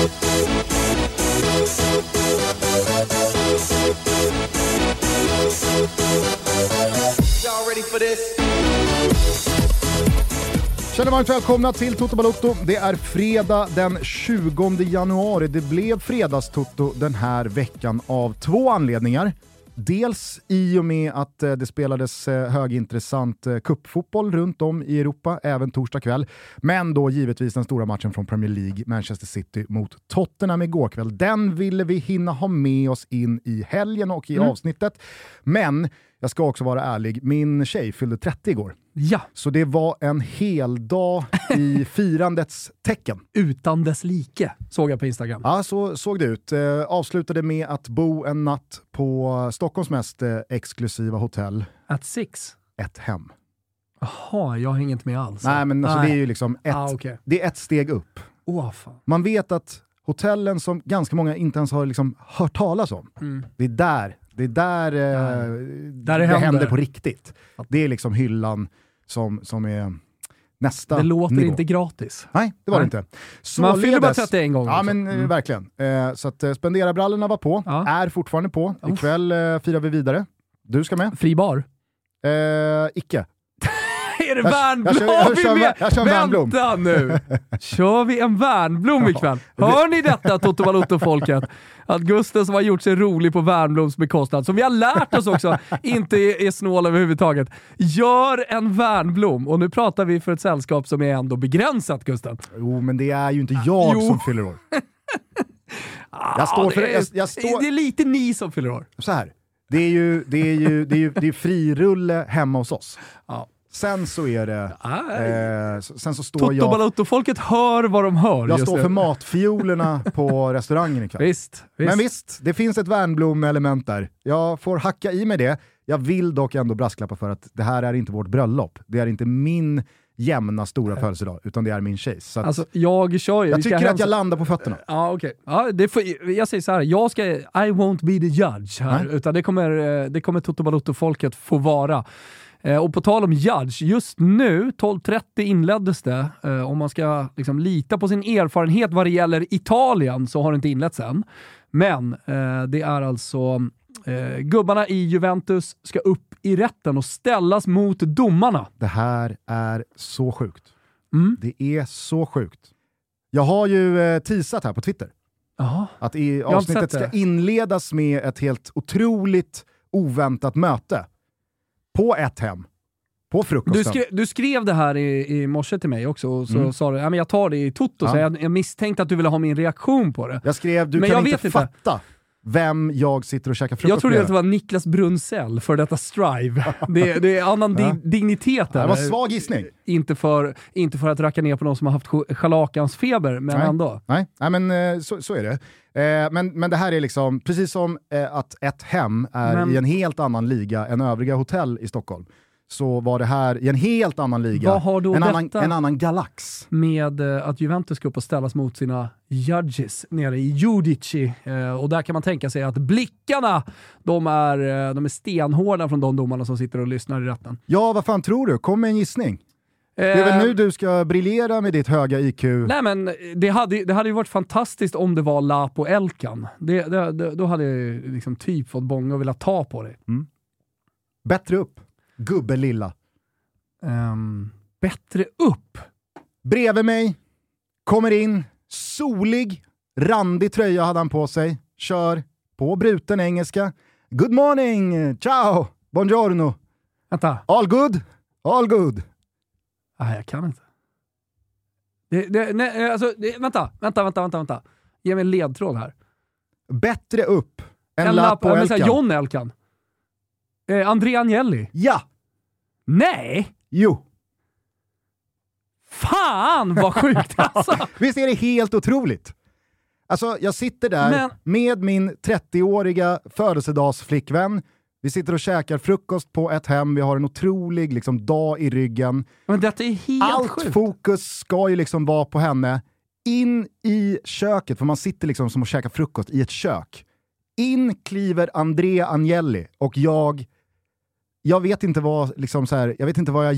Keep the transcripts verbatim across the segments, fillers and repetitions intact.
Känner varmt välkomna till Toto Balotto. Det är fredag den tjugonde januari. Det blev fredagstoto den här veckan av två anledningar. Dels i och med att det spelades högintressant cupfotboll runt om i Europa, även torsdag kväll. Men då givetvis den stora matchen från Premier League, Manchester City mot Tottenham igår kväll. Den ville vi hinna ha med oss in i helgen och i mm. avsnittet. Men jag ska också vara ärlig, min tjej fyllde trettio igår. Ja. Så det var en hel dag i firandets tecken. Utan dess like, såg jag på Instagram. Ja, så såg det ut. Eh, avslutade med att bo en natt på Stockholms mest eh, exklusiva hotell. At six? Ett hem. Jaha, jag hänger inte med alls. Nej, men alltså, Nej. det är ju liksom ett, ah, okay. det är ett steg upp. Oh, fan. Man vet att hotellen som ganska många inte ens har liksom hört talas om, mm. det är där Det är där, eh, där det, det händer. händer på riktigt. Det är liksom hyllan som, som är nästa Det låter nivå. Inte gratis. Nej, det var Nej. det inte. Så man fyller bara trettioen gånger. Ja, men mm. verkligen. Eh, så att eh, spendera-brallorna var på. Ja. Är fortfarande på. Uff. Ikväll eh, firar vi vidare. Du ska med. Fri bar? Eh, icke. Är det Värnblom? Jag, jag, jag, jag, jag, jag kör en Värnblom. Vänta nu. Kör vi en Värnblom ikväll? Hör ni detta, Toto Balotto-folket? Att Gusten som har gjort sig rolig på Värnbloms bekostnad, som vi har lärt oss också, inte är, är snål överhuvudtaget. Gör en Värnblom. Och nu pratar vi för ett sällskap som är ändå begränsat, Gusten. Jo, men det är ju inte jag jo. som fyller år. Jag står för, det, är, jag, jag står... det är lite ni som fyller år. Så här. Det är ju, det är ju, det är ju, det är frirulle hemma hos oss. Ja. Sen så är det... Eh, sen så står Toto jag... Balotto-folket hör vad de hör. Jag står det. för matfiolerna på restaurangen ikväll. Visst, visst. Men visst, det finns ett Värnblom-element där. Jag får hacka i med det. Jag vill dock ändå brasklappa för att det här är inte vårt bröllop. Det är inte min jämna stora födelsedag, utan det är min tjej. Så att alltså, jag kör ju. jag tycker att jag landar på fötterna. Ja, okej. Okay. Ja, jag säger så här, jag ska, I won't be the judge här, Nej. utan det kommer, det kommer Toto Balotto-folket få vara. Eh, och på tal om judge, just nu, tolv trettio inleddes det. Eh, om man ska liksom lita på sin erfarenhet vad det gäller Italien så har det inte inletts än. Men eh, det är alltså eh, gubbarna i Juventus ska upp i rätten och ställas mot domarna. Det här är så sjukt. Mm. Det är så sjukt. Jag har ju eh, teasat här på Twitter. Aha. Att i avsnittet ska inledas med ett helt otroligt oväntat möte. På ett hem. På frukosten. Du skrev, du skrev det här i, i morse till mig också. Och så mm. sa du, ja, men jag tar det i Toto. Ja. Så jag, jag misstänkte att du ville ha min reaktion på det. Jag skrev, du men kan jag inte, vet fatta inte vem jag sitter och käkar frukost med. Jag trodde att det var Niklas Brunsell för detta Strive. det, det är annan ja. di- dignitet där. Det var svag gissning. Inte för, inte för att racka ner på någon som har haft schalakans feber, men Nej. ändå. Nej, Nej men så, så är det. Eh, men, men det här är liksom, precis som eh, att ett hem är men, i en helt annan liga än övriga hotell i Stockholm, så var det här i en helt annan liga, vad har då en, detta annan, en annan galax. Med eh, att Juventus ska upp och ställas mot sina judges nere i Giudici. Eh, och där kan man tänka sig att blickarna, de är, eh, de är stenhårda från de domarna som sitter och lyssnar i rätten. Ja, vad fan tror du? Kom med en gissning. Det är väl nu du ska briljera med ditt höga I Q. Nej, men det hade, det hade ju varit fantastiskt om det var Lapo Elkan. Det, det, det, då hade jag liksom typ fått bånga och vilja ta på det. Mm. Bättre upp. Gubbe lilla. Um, bättre upp. Bredvid mig. Kommer in. Solig. Randig tröja hade han på sig. Kör på bruten engelska. Good morning. Ciao. Buongiorno. Vänta. All good. All good. Nej, jag kan inte. Det, det, nej, alltså, det, vänta, vänta, vänta, vänta, vänta. Ge mig en ledtråd här. Bättre upp än en Lapo Lapo Elkan. John Elkan. Eh, André Agnelli. Ja. Nej. Jo. Fan vad sjukt alltså. Visst är det helt otroligt? Alltså jag sitter där Men... med min trettioåriga födelsedagsflickvän. Vi sitter och käkar frukost på ett hem. Vi har en otrolig liksom, dag i ryggen. Men detta är helt Allt sjukt. fokus ska ju liksom vara på henne. In i köket, för man sitter liksom som och käkar frukost i ett kök. In kliver André Agnelli och jag jag vet inte vad liksom så här, jag vet inte vad jag gör.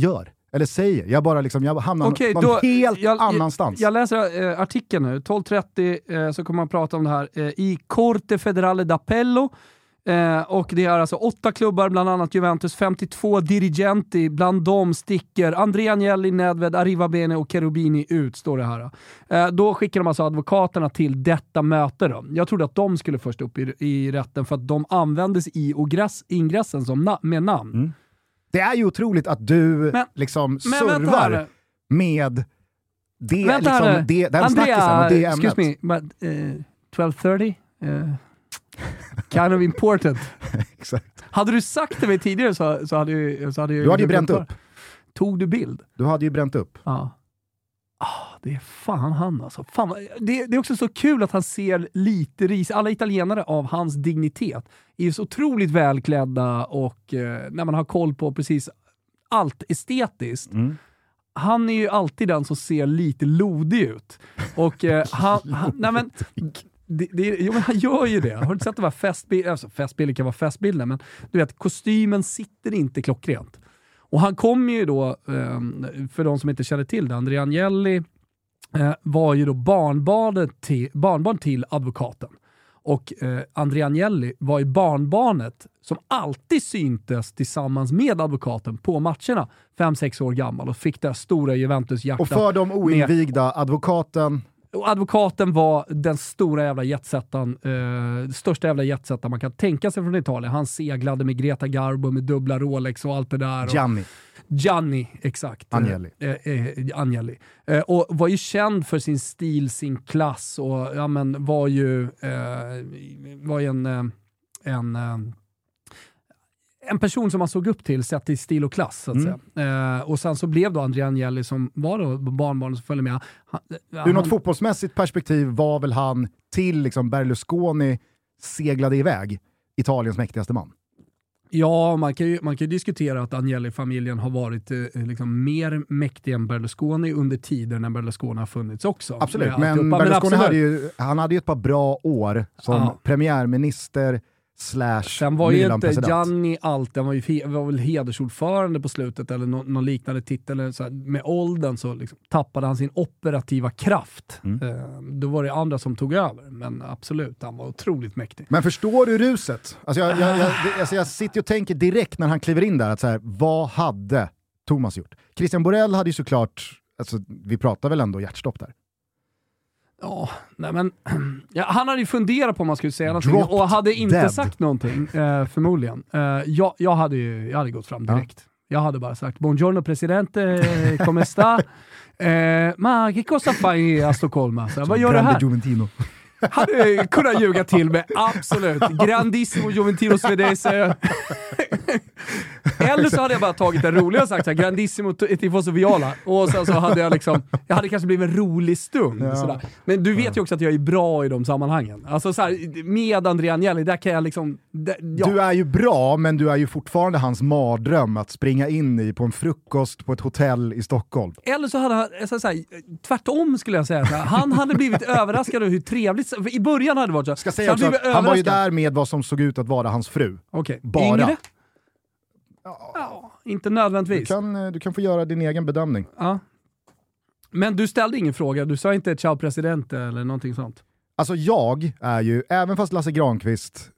eller säger. Jag bara liksom, jag hamnar okay, någon då, helt jag, annanstans. Jag, jag läser äh, artikeln nu. tolv trettio äh, så kommer man prata om det här äh, i Corte Federale d'Appello. Eh, och det är alltså åtta klubbar, bland annat Juventus, femtiotvå dirigenti, bland dem sticker Andrea Agnelli, Nedved, Arrivabene och Cherubini ut, står det här. Eh, då skickar de alltså advokaterna till detta möte då. Jag trodde att de skulle först upp i, i rätten för att de användes i ogress, ingressen som na- med namn. Mm. Det är ju otroligt att du men, liksom men servar med det, liksom, här, det, den Andrea, snackisen och det ämnet. Excuse me, but uh, twelve thirty? Uh. Kind of important. Exakt. Hade du sagt det mig tidigare så, så hade ju... Så hade du hade ju bränt upp. Tog du bild? Du hade ju bränt upp. Ja. Ah, det är fan han alltså. Fan, det, det är också så kul att han ser lite ris. Alla italienare av hans dignitet är ju så otroligt välklädda och eh, när man har koll på precis allt estetiskt. Mm. Han är ju alltid den som ser lite lodig ut. Och eh, han... han nej men... Det, det, jo, men han gör ju det. Har du inte sett det var festbilder? Alltså, festbilder kan vara festbilder, men du vet, kostymen sitter inte klockrent. Och han kom ju då, eh, för de som inte känner till det, Andrea Agnelli eh, var ju då barnbarn till, barnbarn till advokaten. Och eh, Andrea Agnelli var ju barnbarnet som alltid syntes tillsammans med advokaten på matcherna. Fem, sex år gammal och fick det stora Juventus-hjärtat. Och för de oinvigda, med, advokaten... Och advokaten var den stora jävla jetsättan, eh, största jävla jetsättan man kan tänka sig från Italien. Han seglade med Greta Garbo med dubbla Rolex och allt det där. Gianni. Gianni, exakt. Agnelli. Eh, eh, Agnelli. Eh, och var ju känd för sin stil, sin klass och ja, men, var ju, eh, var ju en, en, en en person som man såg upp till sett i stil och klass så att mm. säga. Eh, och sen så blev då Andrea Agnelli som var då barnbarn som följde med. Han, Ur han, något fotbollsmässigt perspektiv var väl han till liksom Berlusconi seglade iväg Italiens mäktigaste man. Ja, man kan ju, man kan ju diskutera att Agnelli-familjen har varit eh, liksom mer mäktig än Berlusconi under tiden när Berlusconi har funnits också. Absolut, men Berlusconi men absolut. Hade ju, han hade ju ett par bra år som ja. premiärminister slash sen var ju inte Gianni allt, han var ju var väl hedersordförande på slutet eller no, någon liknande titel eller så här. Med åldern så liksom tappade han sin operativa kraft. Mm. Eh, då var det andra som tog över, men absolut, han var otroligt mäktig. Men förstår du ruset? Alltså jag, jag, jag, alltså jag sitter och tänker direkt när han kliver in där att så här, vad hade Thomas gjort? Christian Borrell hade ju såklart, alltså vi pratar väl ändå hjärtstopp där. Ja, nej men ja, han hade ju funderat på om man skulle säga någonting och hade inte dead. sagt någonting eh, förmodligen. Eh, jag, jag hade ju jag hade gått fram direkt. Ja. Jag hade bara sagt buongiorno presidente, come sta? Eh, ma che cosa fai a Stockholm? Så, vad gör du här? Juventino. Hade kunnat ljuga till med, absolut. Grandissimo Juventino Svedese. Eller så hade jag bara tagit en rolig och sagt så här, Grandissimo Tifoso Viola. Och sen så hade jag liksom, jag hade kanske blivit en rolig stund. Ja. Sådär. Men du vet ju också att jag är bra i de sammanhangen. Alltså så här, med Andrea Agnelli, där kan jag liksom... Där, ja. Du är ju bra, men du är ju fortfarande hans mardröm att springa in i på en frukost på ett hotell i Stockholm. Eller så hade han, så så här, tvärtom skulle jag säga. Så här, han hade blivit överraskad över hur trevligt... I början hade det varit så. Ska säga också att han var ju där med vad som såg ut att vara hans fru. Okej. Bara. Yngre? Ja. Ja, inte nödvändigtvis. Du kan, du kan få göra din egen bedömning. Ja. Men du ställde ingen fråga. Du sa inte ciao presidente eller någonting sånt. Alltså jag är ju, även fast Lasse Granqvist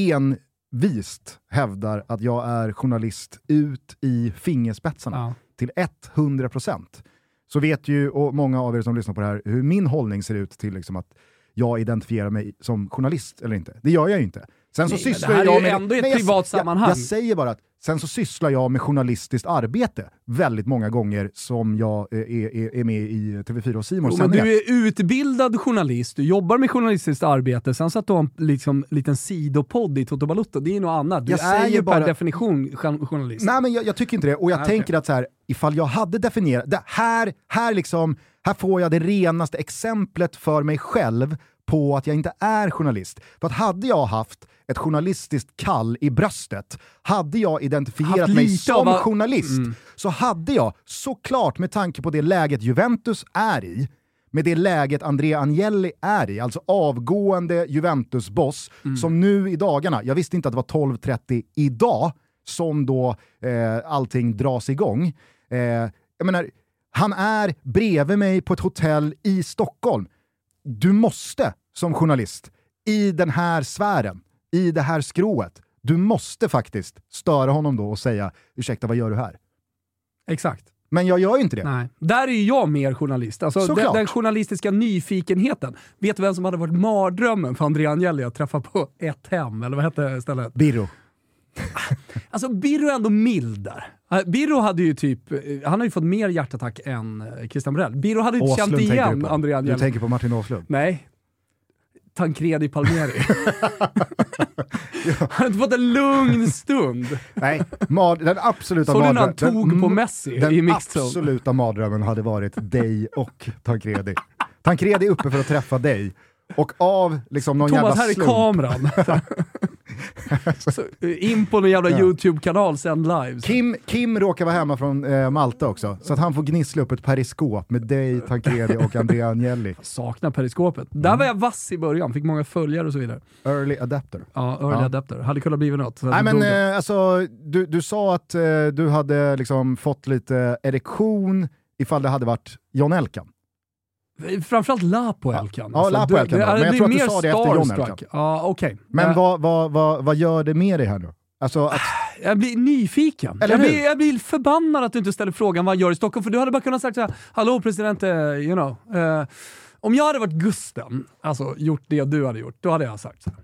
envist hävdar att jag är journalist ut i fingerspetsarna ja. till hundra procent. Så vet ju, och många av er som lyssnar på det här, hur min hållning ser ut till liksom att jag identifierar mig som journalist eller inte. Det gör jag ju inte. Sen så nej, sysslar det här jag är ju med ändå ett nej, privat jag, sammanhang. Jag, jag säger bara att sen så sysslar jag med journalistiskt arbete väldigt många gånger som jag är, är, är med i T V fyra och C More. Men du är utbildad journalist, du jobbar med journalistiskt arbete, sen så att du har en liksom, liten sidopodd i Toto Balotto, det är något annat. Du jag är ju bara... per definition journalist. Nej, men jag, jag tycker inte det. Och jag ah, tänker okay. att så här, ifall jag hade definierat, det här, här, liksom, här får jag det renaste exemplet för mig själv på att jag inte är journalist. För att hade jag haft ett journalistiskt kall i bröstet, hade jag identifierat mig som va- journalist, mm. så hade jag såklart med tanke på det läget Juventus är i, med det läget Andrea Agnelli är i, alltså avgående Juventus-boss, mm. som nu i dagarna, jag visste inte att det var tolv trettio idag som då eh, allting dras igång. Eh, jag menar, han är bredvid mig på ett hotell i Stockholm. Du måste som journalist i den här sfären, i det här skrået, du måste faktiskt störa honom då och säga, ursäkta, vad gör du här? Exakt. Men jag gör ju inte det. Nej. Där är ju jag mer journalist. Alltså den, den journalistiska nyfikenheten. Vet du vem som hade varit mardrömmen för Andrea Agnelli att träffa på ett hem? Eller vad hette stället? Birro. Alltså Birro är ändå mild där. Birro hade ju typ, han har ju fått mer hjärtattack än Christian Borell. Birro hade ju inte känt igen Andrea Agnelli. Du tänker på Martin Åslund? Nej. Tancredi Palmieri. Han har inte fått en lugn stund. Nej, mad, den absoluta mardrömmen. Så madröm, du när han tog på Messi den i mixed zone. Den absoluta mardrömmen hade varit dig och Tancredi. Tancredi är uppe för att träffa dig. Och av liksom någon Thomas jävla här slump. i kameran. Så, in på någon jävla ja. YouTube-kanal, sänd live. Kim, Kim råkar vara hemma från eh, Malta också. Så att han får gnissla upp ett periskop med dig, Tancredi och Andrea Agnelli. Saknar periskopet. Mm. Där var jag vass i början, fick många följare och så vidare. Early adapter. Ja, early ja. adapter. Hade kunnat bli något. Nej men eh, alltså, du, du sa att eh, du hade liksom fått lite erektion ifall det hade varit John Elkan. Framförallt Lapo Elkan. Ja, alltså, Lapo Elkan. Men jag tror att du sa det efter John Elkan. Ja, okej. Okay. Men ja. vad, vad, vad, vad gör det med dig här nu? Alltså att... Jag blir nyfiken. Jag blir, jag blir förbannad att du inte ställer frågan vad jag gör i Stockholm. För du hade bara kunnat sagt så här: hallå president, you know. Uh, om jag hade varit Gusten, alltså gjort det du hade gjort, då hade jag sagt så här: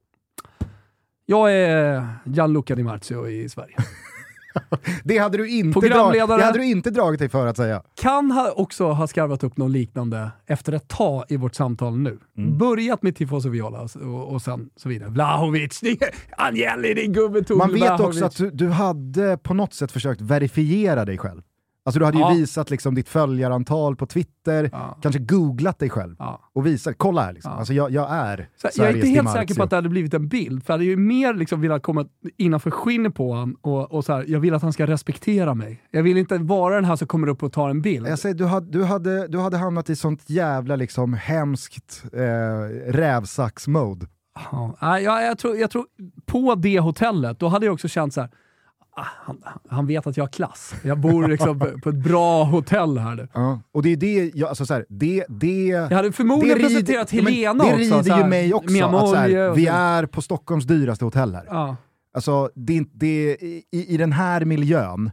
jag är Gianluca Di Marzio i Sverige. Det hade du inte dragit, det hade du inte dragit dig för att säga. Kan ha också ha skarvat upp något liknande efter ett tag i vårt samtal nu. Mm. Börjat med Tifoso Viola och, och sen så vidare. Vlahovic, Agnelli, din gubbe tog Man vet Vlahovic. också att du, du hade på något sätt försökt verifiera dig själv. Alltså du hade ju ja. visat liksom ditt följarantal på Twitter, ja. kanske googlat dig själv ja. och visat, kolla här liksom. Ja. Alltså jag, jag är så Sveriges Jag är inte helt Dimarzio. säker på att det hade blivit en bild, för jag hade ju mer liksom velat komma innanför skinnet på honom och, och så här, jag vill att han ska respektera mig. Jag vill inte vara den här som kommer upp och tar en bild. Jag säger, du hade, du hade, du hade hamnat i sånt jävla liksom hemskt eh, rävsax-mode. Ja, jag, jag, tror, jag tror på det hotellet, då hade jag också känt så här: Han, han vet att jag har klass. Jag bor liksom på ett bra hotell här nu. Ja, och det är det, jag, alltså så här, det, det... Jag hade förmodligen det presenterat rider, Helena det också. Det rider ju mig också, att så här, vi så. är på Stockholms dyraste hotell här. Ja. Alltså, det, det, i, i den här miljön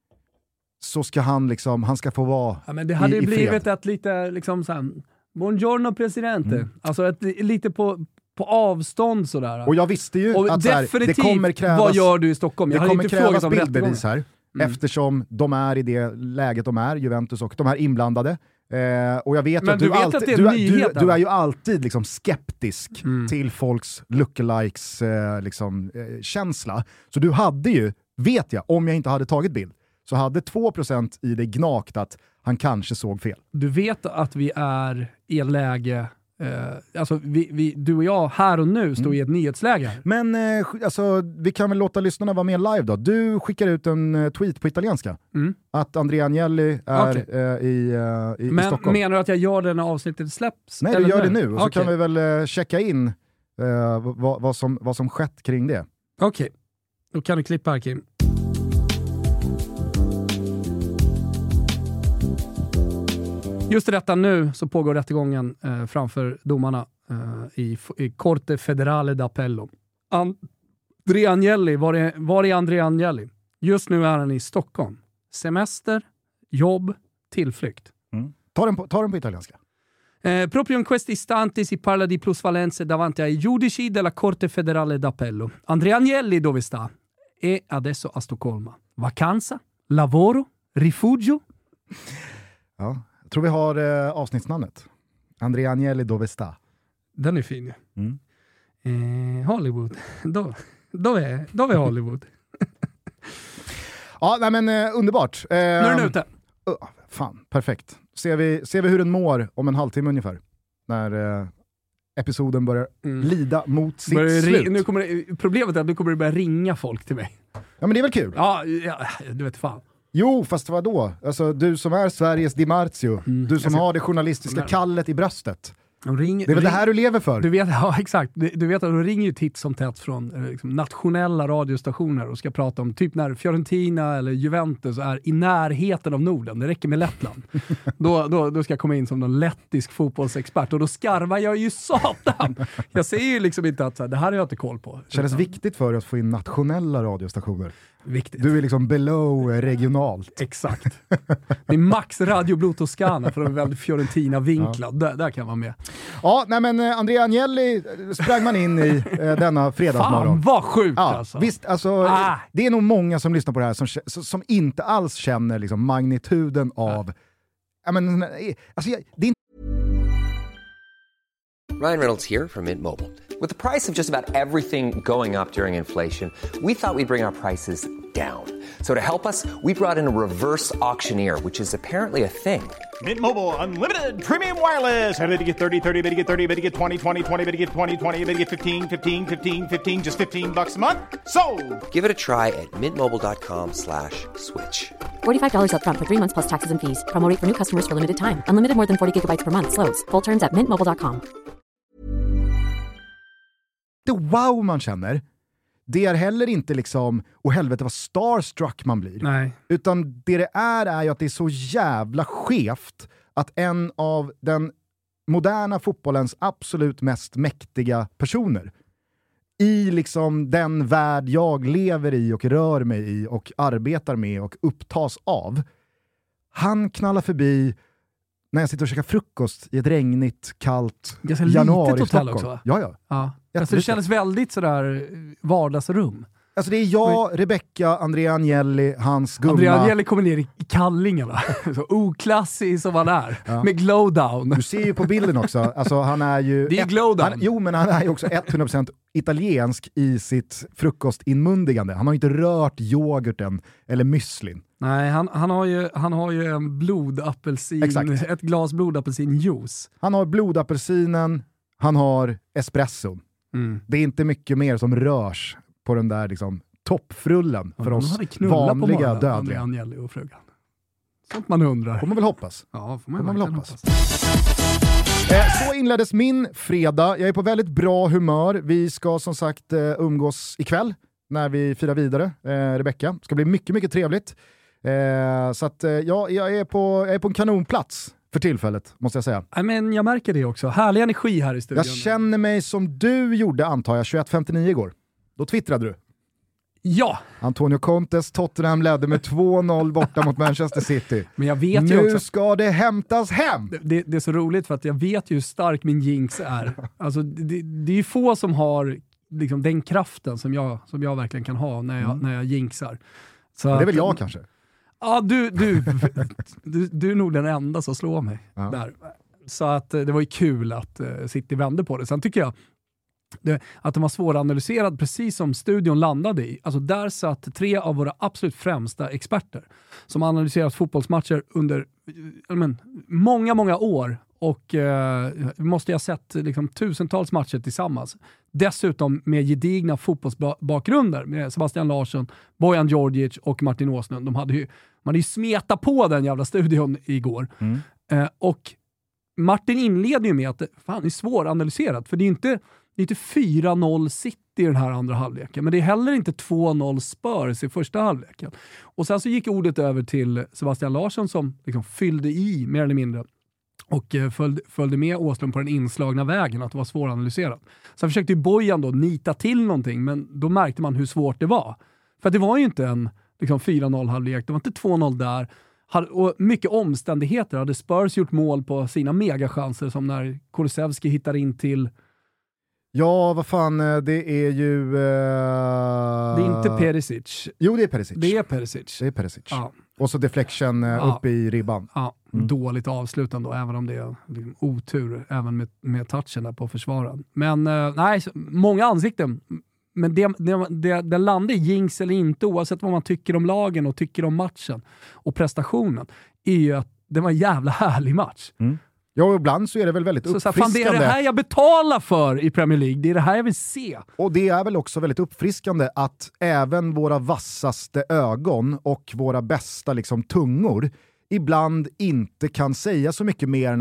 så ska han liksom, han ska få vara ja, men det hade i, i blivit fred. ett lite liksom så här, buongiorno presidente. Mm. Alltså ett, lite på på avstånd sådär. Och jag visste ju och att så här, det kommer krävas... Vad gör du i Stockholm? Jag det kommer inte krävas om bildbevis här. Mm. Eftersom de är i det läget de är, Juventus och de här inblandade. Eh, och jag vet Men att du, du, vet alltid, att det är du, nyhet, du, du är ju alltid liksom skeptisk mm. till folks lookalikes eh, liksom, eh, känsla. Så du hade ju, vet jag, om jag inte hade tagit bild, så hade två procent i dig gnakt att han kanske såg fel. Du vet att vi är i ett läge, eh, alltså vi, vi, du och jag här och nu står mm. i ett nyhetsläge. Men eh, alltså, vi kan väl låta lyssnarna vara med live då. Du skickar ut en uh, tweet på italienska. Mm. Att Andrea Agnelli är okay. uh, i, uh, i, Men, i Stockholm. Menar du att jag gör det när avsnittet släpps? Nej, du gör det nu. Och så okay. kan vi väl uh, checka in uh, vad, vad, som, vad som skett kring det. Okej, okay. Då kan du klippa här, Kim. Just i detta nu så pågår rättegången eh, framför domarna eh, i, i Corte Federale d'Appello. Andrea Agnelli, var är, var är Andrea Agnelli? Just nu är han i Stockholm. Semester, jobb, tillflykt. Mm. Ta, den på, ta den på italienska. Eh, proprio in questi istanti si parla di plusvalenze davanti ai giudici della Corte Federale d'Appello. Andrea Agnelli dove sta? E adesso a Stoccolma. Vacanza, lavoro, rifugio. Ja. Jag tror vi har eh, avsnittsnamnet. Andrea Agnelli dove sta. Den är fin. Mm. Eh, Hollywood. Då, då, är, då är Hollywood. Ja, nej men eh, underbart. Eh, nu är den ute. Uh, fan, perfekt. Ser vi, ser vi hur den mår om en halvtimme ungefär. När eh, episoden börjar mm. lida mot sitt börjar slut. Ri- nu kommer det, problemet är att nu kommer det börja ringa folk till mig. Ja, men det är väl kul? Ja, ja du vet fan. Jo, fast vadå? Alltså, du som är Sveriges Di Marzio, mm. du som ska... har det journalistiska kallet i bröstet. De ringer, det är väl ring, det här du lever för? Du vet, ja, exakt. Du, du vet att de ringer ju titt som tätt från liksom, nationella radiostationer och ska prata om typ när Fiorentina eller Juventus är i närheten av Norden. Det räcker med Lettland. då, då, då ska jag komma in som någon lettisk fotbollsexpert och då skarvar jag ju satan. Jag säger ju liksom inte att så här, det här har jag inte koll på. Kändes utan... viktigt för att få in nationella radiostationer. Viktigt. Du är liksom below regionalt. Exakt. Det är max Radio Blue Toscana för de är väldigt Fiorentina-vinklad. Ja. Där, där kan man med. Ja, nej men Andrea Agnelli sprang man in i eh, denna fredagsmorgon. Fan vad sjukt ja, alltså. Visst, alltså ah. det är nog många som lyssnar på det här som, som inte alls känner liksom magnituden av... Ja. Ja, men, alltså, det är inte... Ryan Reynolds here from Mint Mobile. With the price of just about everything going up during inflation, we thought we'd bring our prices down. So to help us, we brought in a reverse auctioneer, which is apparently a thing. Mint Mobile Unlimited Premium Wireless. How to get thirty, thirty, how to get thirty, how to get twenty, twenty, twenty, how to get twenty, twenty, how to get fifteen, fifteen, fifteen, fifteen, just fifteen bucks a month? Sold! Give it a try at mintmobile.com slash switch. forty-five dollars up front for three months plus taxes and fees. Promo rate for new customers for limited time. Unlimited more than forty gigabytes per month. Slows full terms at mint mobile dot com. Det wow man känner, det är heller inte liksom, och helvete vad starstruck man blir. Nej. Utan det det är är ju att det är så jävla skevt att en av den moderna fotbollens absolut mest mäktiga personer i liksom den värld jag lever i och rör mig i och arbetar med och upptas av, han knallar förbi när jag sitter och käkar frukost i ett regnigt, kallt januari i Stockholm. Också, va? Ja, ja. ja. Alltså, det kändes väldigt sådär vardagsrum. Alltså det är jag, Rebecca, Andrea Agnelli, hans gumma. Andrea Agnelli kommer ner i kallingarna. Så oklassig som han är. Ja. Med glowdown. Du ser ju på bilden också. Alltså han är ju... Det är glowdown. Han, jo, men han är ju också hundra procent italiensk i sitt frukostinmundigande. Han har ju inte rört yoghurten eller müslin. Nej, han, han, har ju, han har ju en blodapelsin, Exakt. ett glas blodapelsinjuice. Han har blodapelsinen, han har espresson. Mm. Det är inte mycket mer som rörs på den där liksom, toppfrullen för oss vanliga dödliga. Agnelli och frugan. Sånt man undrar. Får man väl hoppas. Ja, får man, får man väl hoppas. hoppas. Eh, så inleddes min fredag. Jag är på väldigt bra humör. Vi ska som sagt eh, umgås ikväll när vi firar vidare. Eh, Rebecca. Det ska bli mycket, mycket trevligt. Eh, så att eh, ja, jag, är på, jag är på en kanonplats för tillfället, måste jag säga. I men jag märker det också. Härlig energi här i studion. Jag känner mig som du gjorde, antar jag, tjugoett femtionio igår. Då twittrade du. Ja! Antonio Contes Tottenham ledde med två noll borta mot Manchester City. Men jag vet nu ju också, ska det hämtas hem! Det, det, det är så roligt för att jag vet ju hur stark min jinx är. Alltså, det, det är ju få som har liksom, den kraften som jag, som jag verkligen kan ha när jag, mm. när jag jinxar. Så det är att, väl jag kanske? Ja, du, du, du, du är nog den enda som slår mig ja. där. Så att det var ju kul att uh, City vände på det. Sen tycker jag det, att den var svåranalyserad precis som studion landade i. Alltså där satt tre av våra absolut främsta experter som analyserat fotbollsmatcher under men, många, många år och eh, måste ha sett liksom, tusentals matcher tillsammans. Dessutom med gedigna fotbollsbakgrunder med Sebastian Larsson, Bojan Djordjic och Martin Åslund. De hade ju, man hade ju smetat på den jävla studion igår. Mm. Eh, och Martin inleder ju med att det, fan, det är svåranalyserat för det är inte Det är inte fyra noll City i den här andra halvleken, men det är heller inte två noll Spurs i första halvleken. Och sen så gick ordet över till Sebastian Larsson som liksom fyllde i mer eller mindre och följde, följde med Åslund på den inslagna vägen att det var svåranalyserat. Sen försökte ju Bojan då nita till någonting, men då märkte man hur svårt det var. För det var ju inte en liksom, fyra noll halvlek, det var inte två noll där. Och mycket omständigheter. Hade Spurs gjort mål på sina megachanser som när Kulusevski hittar in till... Ja, vad fan, det är ju... Uh... Det är inte Perisic. Jo, det är Perisic. Det är Perisic. Det är Perisic. Ja. Och så deflection uh, ja. uppe i ribban. Ja, mm. Dåligt avslutande då, även om det är liksom, otur, även med, med touchen där på försvaren. Men uh, nej, många ansikten. Men det, det, det, det landar i jinx eller inte, oavsett vad man tycker om lagen och tycker om matchen och prestationen, är ju att det var en jävla härlig match. Mm. Ja, och ibland så är det väl väldigt uppfriskande. Så, så, fan, det är det här jag betalar för i Premier League. Det är det här jag vill se. Och det är väl också väldigt uppfriskande att även våra vassaste ögon och våra bästa liksom, tungor ibland inte kan säga så mycket mer än att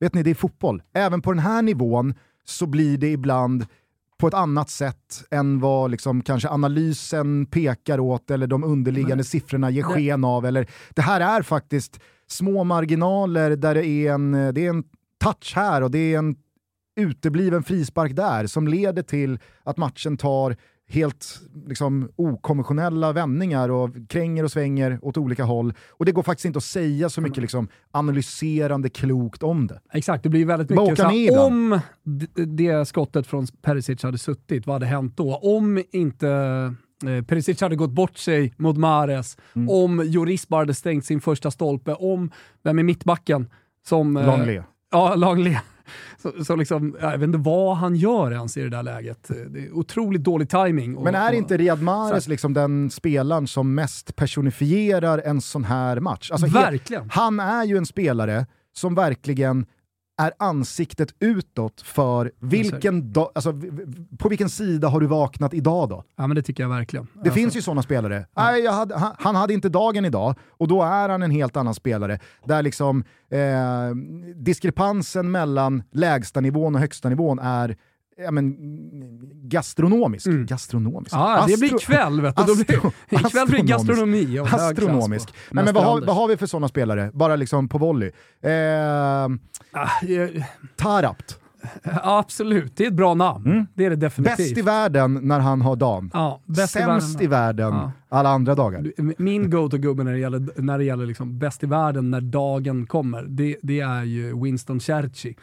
vet ni, det är fotboll. Även på den här nivån så blir det ibland på ett annat sätt än vad liksom kanske analysen pekar åt eller de underliggande Nej. siffrorna ger sken av. Eller, det här är faktiskt små marginaler där det är en, det är en touch här och det är en utebliven frispark där som leder till att matchen tar helt liksom okonventionella vändningar och kränger och svänger åt olika håll. Och det går faktiskt inte att säga så mycket liksom analyserande klokt om det. Exakt, det blir väldigt mycket så här, om det skottet från Perisic hade suttit, vad hade hänt då? Om inte eh, Perisic hade gått bort sig mot Mahrez, mm. om Lloris bara hade stängt sin första stolpe, om vem är mittbacken som... Eh, Langley. Ja, Langley. Så, så liksom, jag vet inte vad han gör ens i det där läget. Det är otroligt dålig timing. Och, Men är och, inte Riyad Mahrez liksom den spelaren som mest personifierar en sån här match? Alltså, verkligen. Han är ju en spelare som verkligen är ansiktet utåt för vilken dag, alltså, på vilken sida har du vaknat idag då? Ja, men det tycker jag verkligen. Det alltså. finns ju sådana spelare. Ja. Nej, jag hade, han, han hade inte dagen idag och då är han en helt annan spelare. Där liksom eh, diskrepansen mellan lägsta nivån och högsta nivån är ja, men, gastronomisk. Mm. Gastronomisk. Ja, Astro- det blir kväll, vet du. Då blir, ikväll blir gastronomi. Och astronomisk. Nej, men vad har, vad har vi för sådana spelare? Bara liksom på volley. Eh, ah, jag... Tarabt. Ja, absolut, det är ett bra namn. Mm. Det är det definitivt. Bäst i världen när han har dagen. Ja, sämst i världen, i världen ja. alla andra dagar. Min go-to-gubbe när det gäller, när det gäller liksom bäst i världen när dagen kommer, det, det är ju Winston Churchill.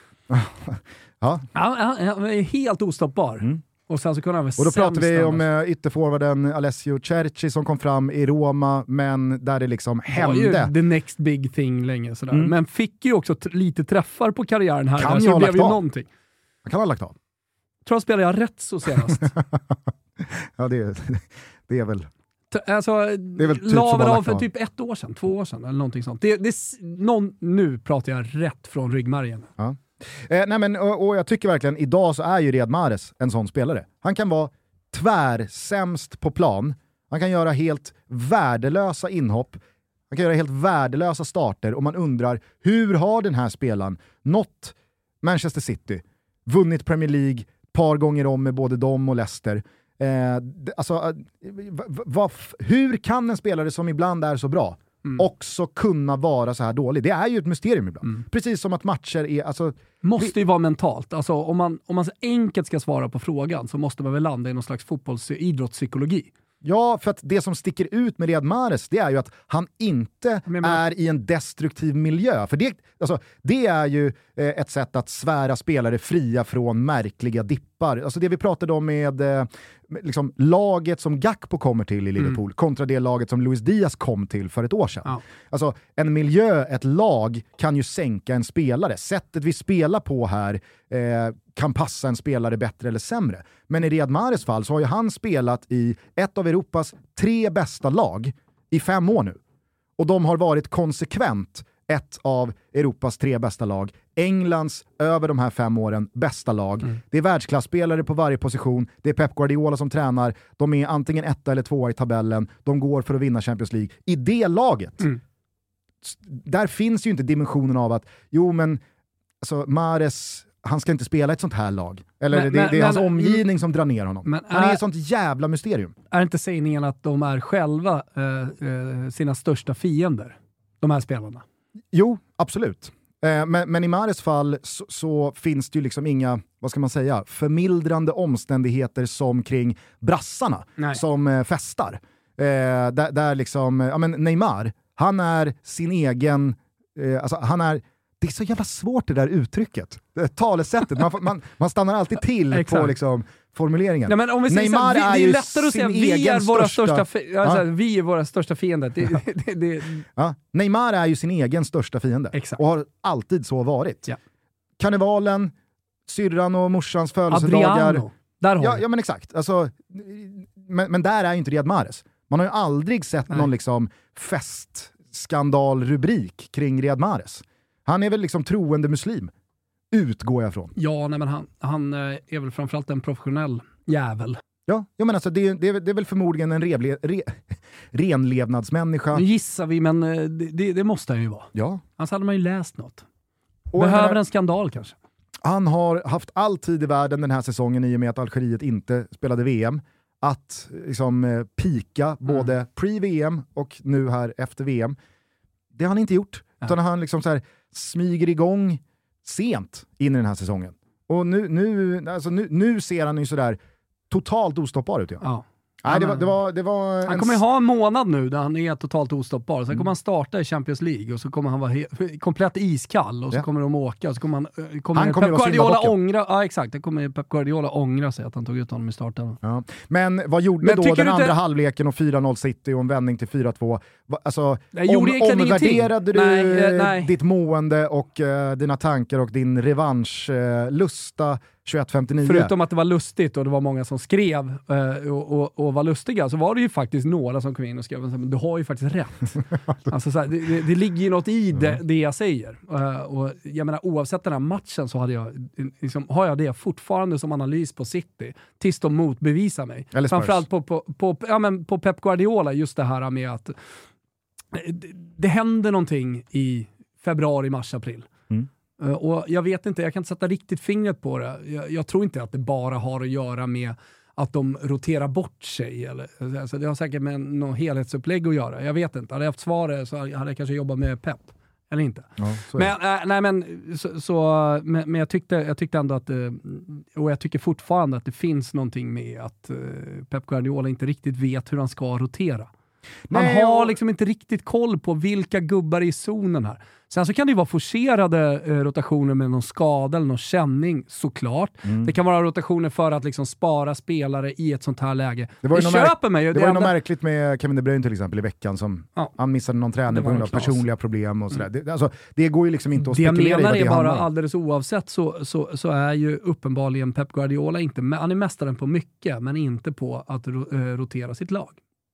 Ja. Ja, han är helt ostoppbar. Mm. Och sen så kunde han väl Och då pratar vi om annars. ytterforwarden Alessio Cerci som kom fram i Roma, men där det liksom hände. Det var ju the next big thing länge sådär. Mm. Men fick ju också t- lite träffar på karriären här. Kan där, jag så ha det lagt blev ju av? någonting. Han kan ha lagt av. Tror jag spelade jag rätt så senast. Ja, det är, det är väl... T- alltså, det är väl typ la väl av för typ ett år sedan, två år sedan eller någonting sånt. Det, det, någon, nu pratar jag rätt från ryggmärgen. Ja. Eh, nej men, och, och jag tycker verkligen, idag så är ju Riyad Mahrez en sån spelare. Han kan vara tvärsämst på plan. Han kan göra helt värdelösa inhopp. Han kan göra helt värdelösa starter och man undrar, hur har den här spelaren nått Manchester City, vunnit Premier League par gånger om med både dem och Leicester. Eh, alltså, va, va, hur kan en spelare som ibland är så bra Mm. också kunna vara så här dålig? Det är ju ett mysterium ibland. Mm. Precis som att matcher är... Alltså, måste vi... ju vara mentalt. Alltså, om, man, om man så enkelt ska svara på frågan så måste man väl landa i någon slags fotbollsidrottspsykologi. Ja, för att det som sticker ut med Riyad Mahrez, det är ju att han inte men, men... är i en destruktiv miljö. För det, alltså, det är ju eh, ett sätt att svära spelare fria från märkliga dippar. Alltså det vi pratade om med eh, liksom, laget som Gakpo kommer till i Liverpool mm. kontra det laget som Luis Diaz kom till för ett år sedan. Ja. Alltså en miljö, ett lag kan ju sänka en spelare. Sättet vi spelar på här eh, kan passa en spelare bättre eller sämre. Men i Riyad Mahrez fall så har ju han spelat i ett av Europas tre bästa lag i fem år nu. Och de har varit konsekvent ett av Europas tre bästa lag. Englands över de här fem åren bästa lag. Mm. Det är världsklasspelare på varje position. Det är Pep Guardiola som tränar. De är antingen etta eller tvåa i tabellen. De går för att vinna Champions League. I det laget, mm. där finns ju inte dimensionen av att jo men alltså, Mahrez, han ska inte spela ett sånt här lag. Eller men, det, men, det är hans men, omgivning som drar ner honom. Men han är, är ett sånt jävla mysterium. Är inte sägningen att de är själva eh, eh, sina största fiender? De här spelarna. Jo, absolut. Eh, men, men i Mahrez fall så, så finns det ju liksom inga, vad ska man säga, förmildrande omständigheter som kring brassarna. Nej. Som eh, festar. Eh, där, där liksom, ja men Neymar, han är sin egen, eh, alltså han är det är så jävla svårt det där uttrycket. Det talesättet. Man, man, man stannar alltid till på liksom, formuleringen. Ja, men om vi Neymar så, vi, är det är lättare att säga vi är våra största, största ja. alltså, vi är våra största fiender. Det, ja. det, det, ja. Neymar är ju sin egen största fiende. Exakt. Och har alltid så varit. Ja. Karnevalen, syrran och morsans födelsedagar. Adriano. Där har ja, ja men exakt. Alltså, men, men där är ju inte Riyad Mahrez. Man har ju aldrig sett Nej. någon liksom festskandalrubrik kring Riyad Mahrez. Han är väl liksom troende muslim, utgår jag från. Ja, nej, men han, han är väl framförallt en professionell jävel. Ja, jag menar alltså, det, det, det är väl förmodligen en revle, re, renlevnadsmänniska. Nu gissar vi, men det, det måste han ju vara. Ja. Annars hade man ju läst något. Och Behöver menar, en skandal kanske. han har haft all tid i världen den här säsongen i och med att Algeriet inte spelade V M. Att liksom eh, pika mm. både pre-V M och nu här efter V M. Det har han inte gjort. Ja. Utan han liksom så här smyger igång sent in i den här säsongen. Och nu, nu, alltså nu, nu ser han ju sådär totalt ostoppbar ut. Ja. Ja. Nej, det var, det var, det var han en... kommer ju ha en månad nu där han är totalt ostoppbar. Sen kommer han starta i Champions League och så kommer han vara he- komplett iskall och så ja. kommer de åka och så kommer han, kommer han kommer Pep Guardiola ångra, ja exakt, det kommer Pep Guardiola ångra sig att han tog ut honom i starten. Ja. Men vad gjorde Men då den andra inte... halvleken och fyra noll City och en vändning till fyra två? Alltså, om, omvärderade du nej, nej. ditt mående och uh, dina tankar och din revanschlusta uh, tjugoett femtionio? Förutom att det var lustigt och det var många som skrev uh, och, och, och var lustiga, så var det ju faktiskt några som kom in och skrev men du har ju faktiskt rätt. Alltså, så här, det, det, det ligger ju något i det, det jag säger. Uh, och jag menar, oavsett den här matchen så hade jag, liksom, har jag det fortfarande som analys på City tills de motbevisar mig. Framförallt på, på, på, ja, men på Pep Guardiola, just det här med att det, det händer någonting i februari, mars, april. Mm. Uh, och jag vet inte, jag kan inte sätta riktigt fingret på det. Jag, jag tror inte att det bara har att göra med att de roterar bort sig. Eller, alltså det har säkert med någon helhetsupplägg att göra. Jag vet inte. Hade jag haft svaret så hade jag kanske jobbat med Pep. Eller inte. Ja, men, äh, nej, men, så, så, men, men jag, tyckte, jag tyckte ändå att, och jag tycker fortfarande att det finns någonting med att Pep Guardiola inte riktigt vet hur han ska rotera. Man Nej, har liksom inte riktigt koll på vilka gubbar i zonen här. Sen så kan det ju vara forcerade eh, rotationer med någon skada eller någon känning, såklart. Mm. Det kan vara rotationer för att liksom spara spelare i ett sånt här läge. Det var ju det köper märk- mig. Det, det var ju något märkligt med Kevin De Bruyne till exempel i veckan som ja. han missade någon träning på grund av personliga problem och sådär. Mm. Det, alltså, det går ju liksom inte att spekulera i det jag menar i vad det är bara handlar. Alldeles oavsett så, så, så är ju uppenbarligen Pep Guardiola inte, han är mästaren på mycket men inte på att ro, eh, rotera sitt lag.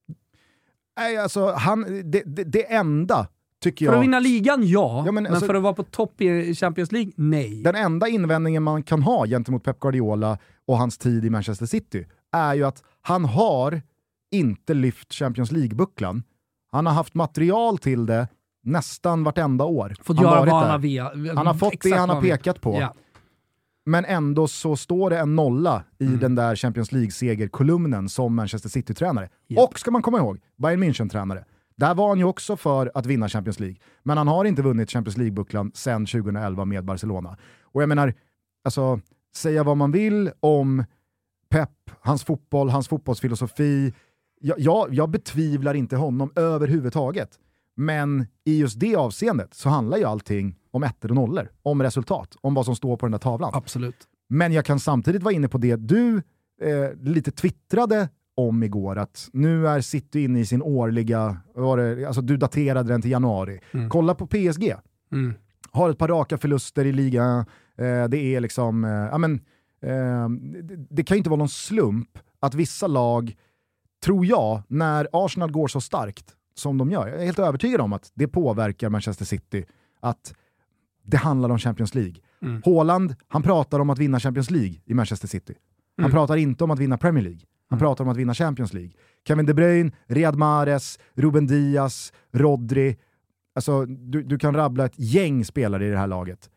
Nej, alltså han, det, det, det enda tycker jag... För att vinna ligan, ja. ja men men alltså, för att vara på topp i Champions League, nej. Den enda invändningen man kan ha gentemot Pep Guardiola och hans tid i Manchester City är ju att han har inte lyft Champions League-bucklan. Han har haft material till det nästan vartenda år. Fått göra vad han har via. Han har fått det han har pekat på. Ja. Men ändå så står det en nolla i mm. den där Champions League-segerkolumnen som Manchester City-tränare. Yep. Och ska man komma ihåg, Bayern München-tränare. Där var han ju också för att vinna Champions League. Men han har inte vunnit Champions League-bucklan sedan tjugoelva med Barcelona. Och jag menar, alltså, säga vad man vill om Pep, hans fotboll, hans fotbollsfilosofi. Jag, jag, jag betvivlar inte honom överhuvudtaget. Men i just det avseendet så handlar ju allting om ettor och nollor, om resultat, om vad som står på den där tavlan. Absolut. Men jag kan samtidigt vara inne på det du eh, lite twittrade om igår, att nu är City inne i sin årliga, var det, alltså du daterade den till januari. Mm. Kolla på P S G. Mm. Har ett par raka förluster i ligan. Eh, det är liksom, eh, ja men, eh, det, det kan ju inte vara någon slump att vissa lag, tror jag, när Arsenal går så starkt som de gör, jag är helt övertygad om att det påverkar Manchester City, att det handlar om Champions League. Mm. Haaland, han pratar om att vinna Champions League i Manchester City. Han mm. pratar inte om att vinna Premier League. Han mm. pratar om att vinna Champions League. Kevin De Bruyne, Riyad Mahrez, Ruben Diaz, Rodri. Alltså, du, du kan rabbla ett gäng spelare i det här laget.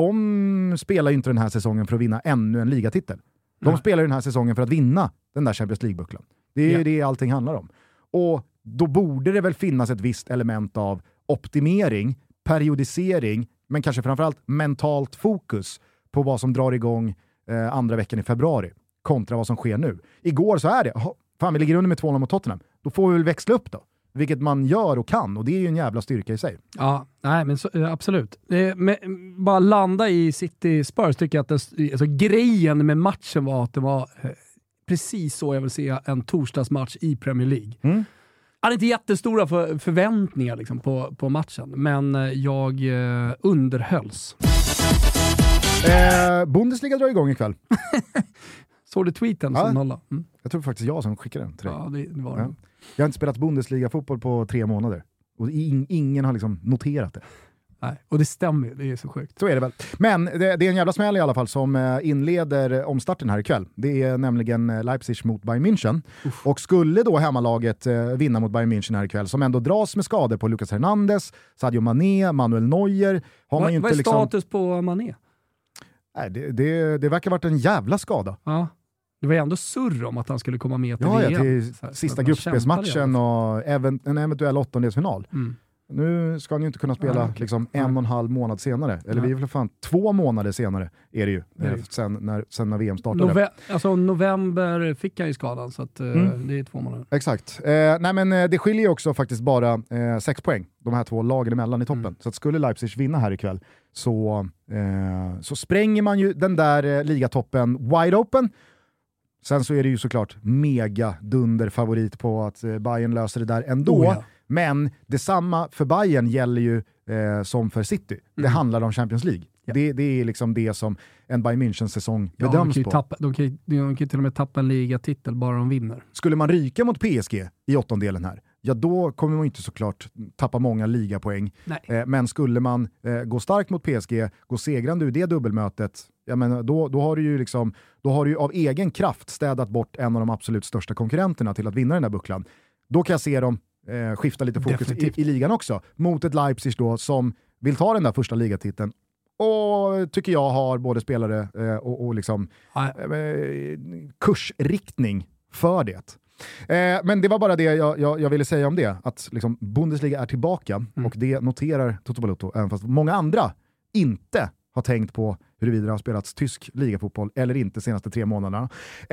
De spelar ju inte den här säsongen för att vinna ännu en ligatitel. De mm. spelar den här säsongen för att vinna den där Champions League-bucklan. Det är ju yeah. det allting handlar om. Och då borde det väl finnas ett visst element av optimering, periodisering, men kanske framförallt mentalt fokus på vad som drar igång eh, andra veckan i februari kontra vad som sker nu. Igår så är det, oh, fan vi ligger under med två noll mot Tottenham. Då får vi väl växla upp då. Vilket man gör och kan, och det är ju en jävla styrka i sig. Ja, nej men så, absolut. Eh, med, bara landa i City Spurs tycker jag att det, alltså, grejen med matchen var att det var eh, precis så jag vill se en torsdagsmatch i Premier League. Mm. Jag hade inte jättestora för, förväntningar liksom, på, på matchen, men jag eh, underhölls. Eh, Bundesliga drar igång ikväll. Såg du tweeten ja. som nolla? Mm. Jag tror faktiskt jag som skickade den till dig. Ja, det, det var ja. Jag har inte spelat Bundesliga-fotboll på tre månader. Och in, ingen har liksom noterat det. Nej. Och det stämmer, det är så sjukt. Så är det väl. Men det, det är en jävla smäll i alla fall som eh, inleder omstarten här ikväll. Det är nämligen eh, Leipzig mot Bayern München. Uff. Och skulle då hemmalaget eh, vinna mot Bayern München här ikväll, som ändå dras med skador på Lucas Hernandez, Sadio Mané, Manuel Neuer. Har Va, man ju inte vad är liksom... status på Mané? Nej, det, det, det verkar ha varit en jävla skada. Ja. Det var ju ändå surr om att han skulle komma med till ja, V M. Ja, till så här, sista gruppspelsmatchen och även en eventuell åttondelsfinal. Mm. Nu ska han ju inte kunna spela ja, liksom en och en halv månad senare. Eller ja. vi är väl fan två månader senare är det ju. Eh, sen, när, sen när V M startade. Nove- alltså november fick han ju skadan så att, eh, mm. det är två månader. Exakt. Eh, nej men det skiljer ju också faktiskt bara eh, sex poäng. De här två lagen emellan i toppen. Mm. Så att skulle Leipzig vinna här ikväll så, eh, så spränger man ju den där eh, ligatoppen wide open. Sen så är det ju såklart mega dunder favorit på att eh, Bayern löser det där ändå. Oh ja. Men detsamma för Bayern gäller ju eh, som för City. Mm. Det handlar om Champions League. Ja. Det, det är liksom det som en Bayern München-säsong ja, bedöms de på. Tappa, de, kan ju, de kan ju till och med tappa en ligatitel bara de vinner. Skulle man ryka mot P S G i åttondelen här, ja då kommer man inte såklart tappa många ligapoäng. Eh, men skulle man eh, gå starkt mot P S G, gå segrande ur det dubbelmötet, ja, men då, då har du ju liksom, då har du ju av egen kraft städat bort en av de absolut största konkurrenterna till att vinna den här bucklan. Då kan jag se dem eh, skifta lite fokus i, i ligan också. Mot ett Leipzig då som vill ta den där första ligatiteln. Och tycker jag har både spelare eh, och, och liksom eh, kursriktning för det. Eh, men det var bara det jag, jag, jag ville säga om det. Att liksom Bundesliga är tillbaka mm. och det noterar Toto Balotto, även fast många andra inte har tänkt på huruvida det har spelats tysk ligafotboll eller inte de senaste tre månaderna. Eh,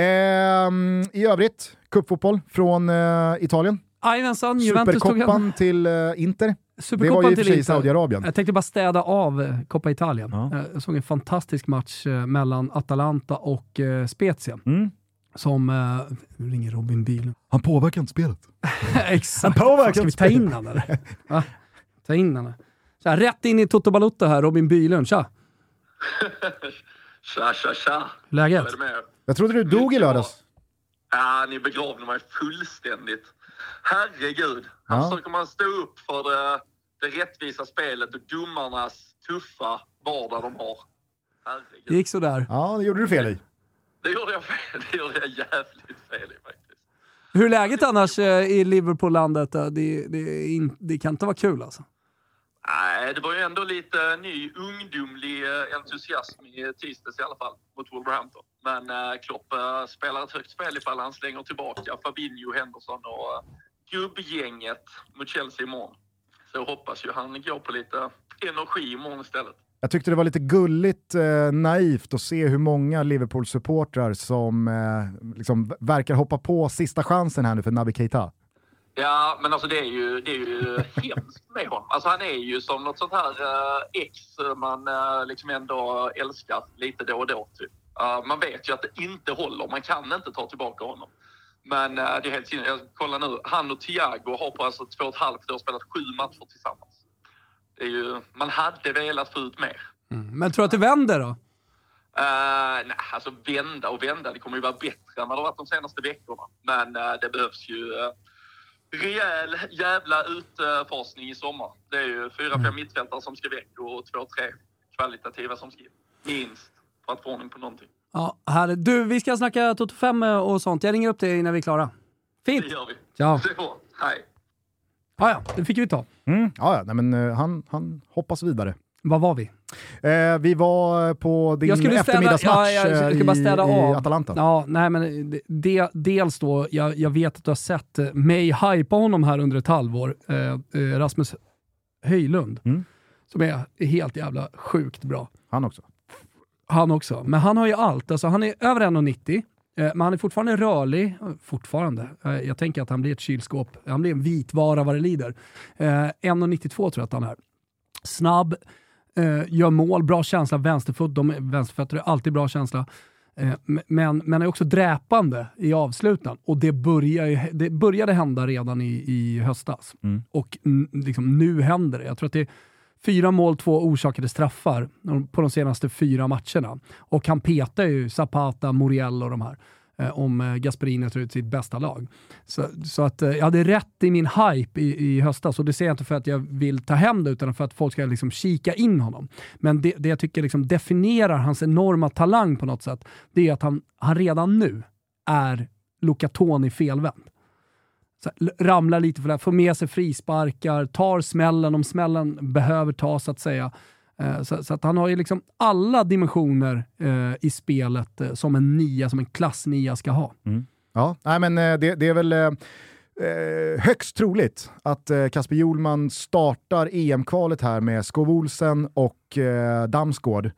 I övrigt, cupfotboll från eh, Italien. Jajamensan, Juventus Superkoppan till uh, Inter. Det var ju i och för sig i Saudiarabien. Jag tänkte bara städa av uh, Coppa Italien. Ja. Uh, jag såg en fantastisk match uh, mellan Atalanta och uh, Spezia. Mm. Som, uh, nu ringer Robin Bylund. Han påverkar inte spelet. Exakt. Han påverkar inte spelet. Ska vi ta in han eller? Ta in han. Så här, rätt in i Toto Balotto här, Robin Bylund. Tja! tja, tja, tja. Läget? Jag trodde du dog i lördags. Ja, ni begravde mig fullständigt. Herregud, här ja. försöker man stå upp för det, det rättvisa spelet och domarnas tuffa vardag de har. Herregud. Det gick så där. Ja, det gjorde du fel i. Det gjorde jag fel, det gjorde jag jävligt fel i faktiskt. Hur är läget annars eh, i Liverpool-landet? Det, det, in, det kan inte vara kul alltså. Nej, det var ju ändå lite ny ungdomlig entusiasm i tisdags i alla fall mot Wolverhampton. Men eh, Klopp eh, spelar ett högt spel ifall han slänger tillbaka Fabinho, Henderson och eh, gubbgänget mot Chelsea imorgon. Så jag hoppas ju han går på lite energi imorgon istället. Jag tyckte det var lite gulligt eh, naivt att se hur många Liverpool-supportrar som eh, liksom verkar hoppa på sista chansen här nu för Naby Keita. Ja, men alltså det är ju, det är ju hemskt med honom. Alltså han är ju som något sånt här uh, ex man uh, liksom ändå älskar lite då och då typ. Uh, man vet ju att det inte håller, man kan inte ta tillbaka honom. Men uh, det är helt sinne. Jag kollar nu, han och Thiago har på alltså två och ett halvt år spelat sju matcher tillsammans. Det är ju, man hade velat få ut mer. Mm. Men tror du att det vänder då? Uh, nej, alltså vända och vända, det kommer ju vara bättre än vad det har varit de senaste veckorna. Men uh, det behövs ju... Uh, rejäl jävla utfasning i sommar. Det är ju fyra, fem mm. mittfältare som ska väck och två, tre kvalitativa som ska minst för att få ordning på någonting. Ja, härligt. Du, vi ska snacka Toto fem och sånt. Jag ringer upp dig när vi är klara. Fint! Det gör vi. Ja. Det var. Hej. Ah, ja, det fick vi ta. Mm. Ja, ja. Nej, men, uh, han, han hoppas vidare. Vad var vi? Eh, vi var på din städa, eftermiddagsmatch ja, jag, jag, jag i, bara städa i av. Atalanta. Ja, nej, men de, dels då, jag, jag vet att du har sett mig hypa honom här under ett halvår. Eh, Rasmus Höjlund. Mm. Som är helt jävla sjukt bra. Han också. Han också. Men han har ju allt. Alltså, han är över en komma nittio. Eh, men han är fortfarande rörlig. Fortfarande. Eh, jag tänker att han blir ett kylskåp. Han blir en vitvara vad det lider. Eh, en komma nittiotvå tror jag att han är. Snabb. Uh, gör mål, bra känsla, vänsterfot, de vänsterfötter är alltid bra känsla, uh, men, men är också dräpande i avslutningen, och det, börjar, det började hända redan i, i höstas mm. och n- liksom, nu händer det. Jag tror att det är fyra mål, två orsakade straffar på de senaste fyra matcherna, och han petar ju Zapata, Muriel och de här. eh, om eh, Gasperini tar ut sitt bästa lag. Så, så att eh, jag hade rätt i min hype i, i höstas, och det säger jag inte för att jag vill ta hem det, utan för att folk ska liksom kika in honom. Men det, det jag tycker liksom definierar hans enorma talang på något sätt, det är att han, han redan nu är Luca Toni felvänd. Så, ramlar lite för det, får med sig frisparkar, tar smällen om smällen behöver ta, så att säga. Eh, så, så att han har ju liksom alla dimensioner eh, i spelet eh, som en nia, som en klass nia ska ha. Mm. Ja, nej, men eh, det, det är väl eh, högst troligt att eh, Kasper Hjulman startar E M-kvalet här med Skov Olsen och eh, Damsgaard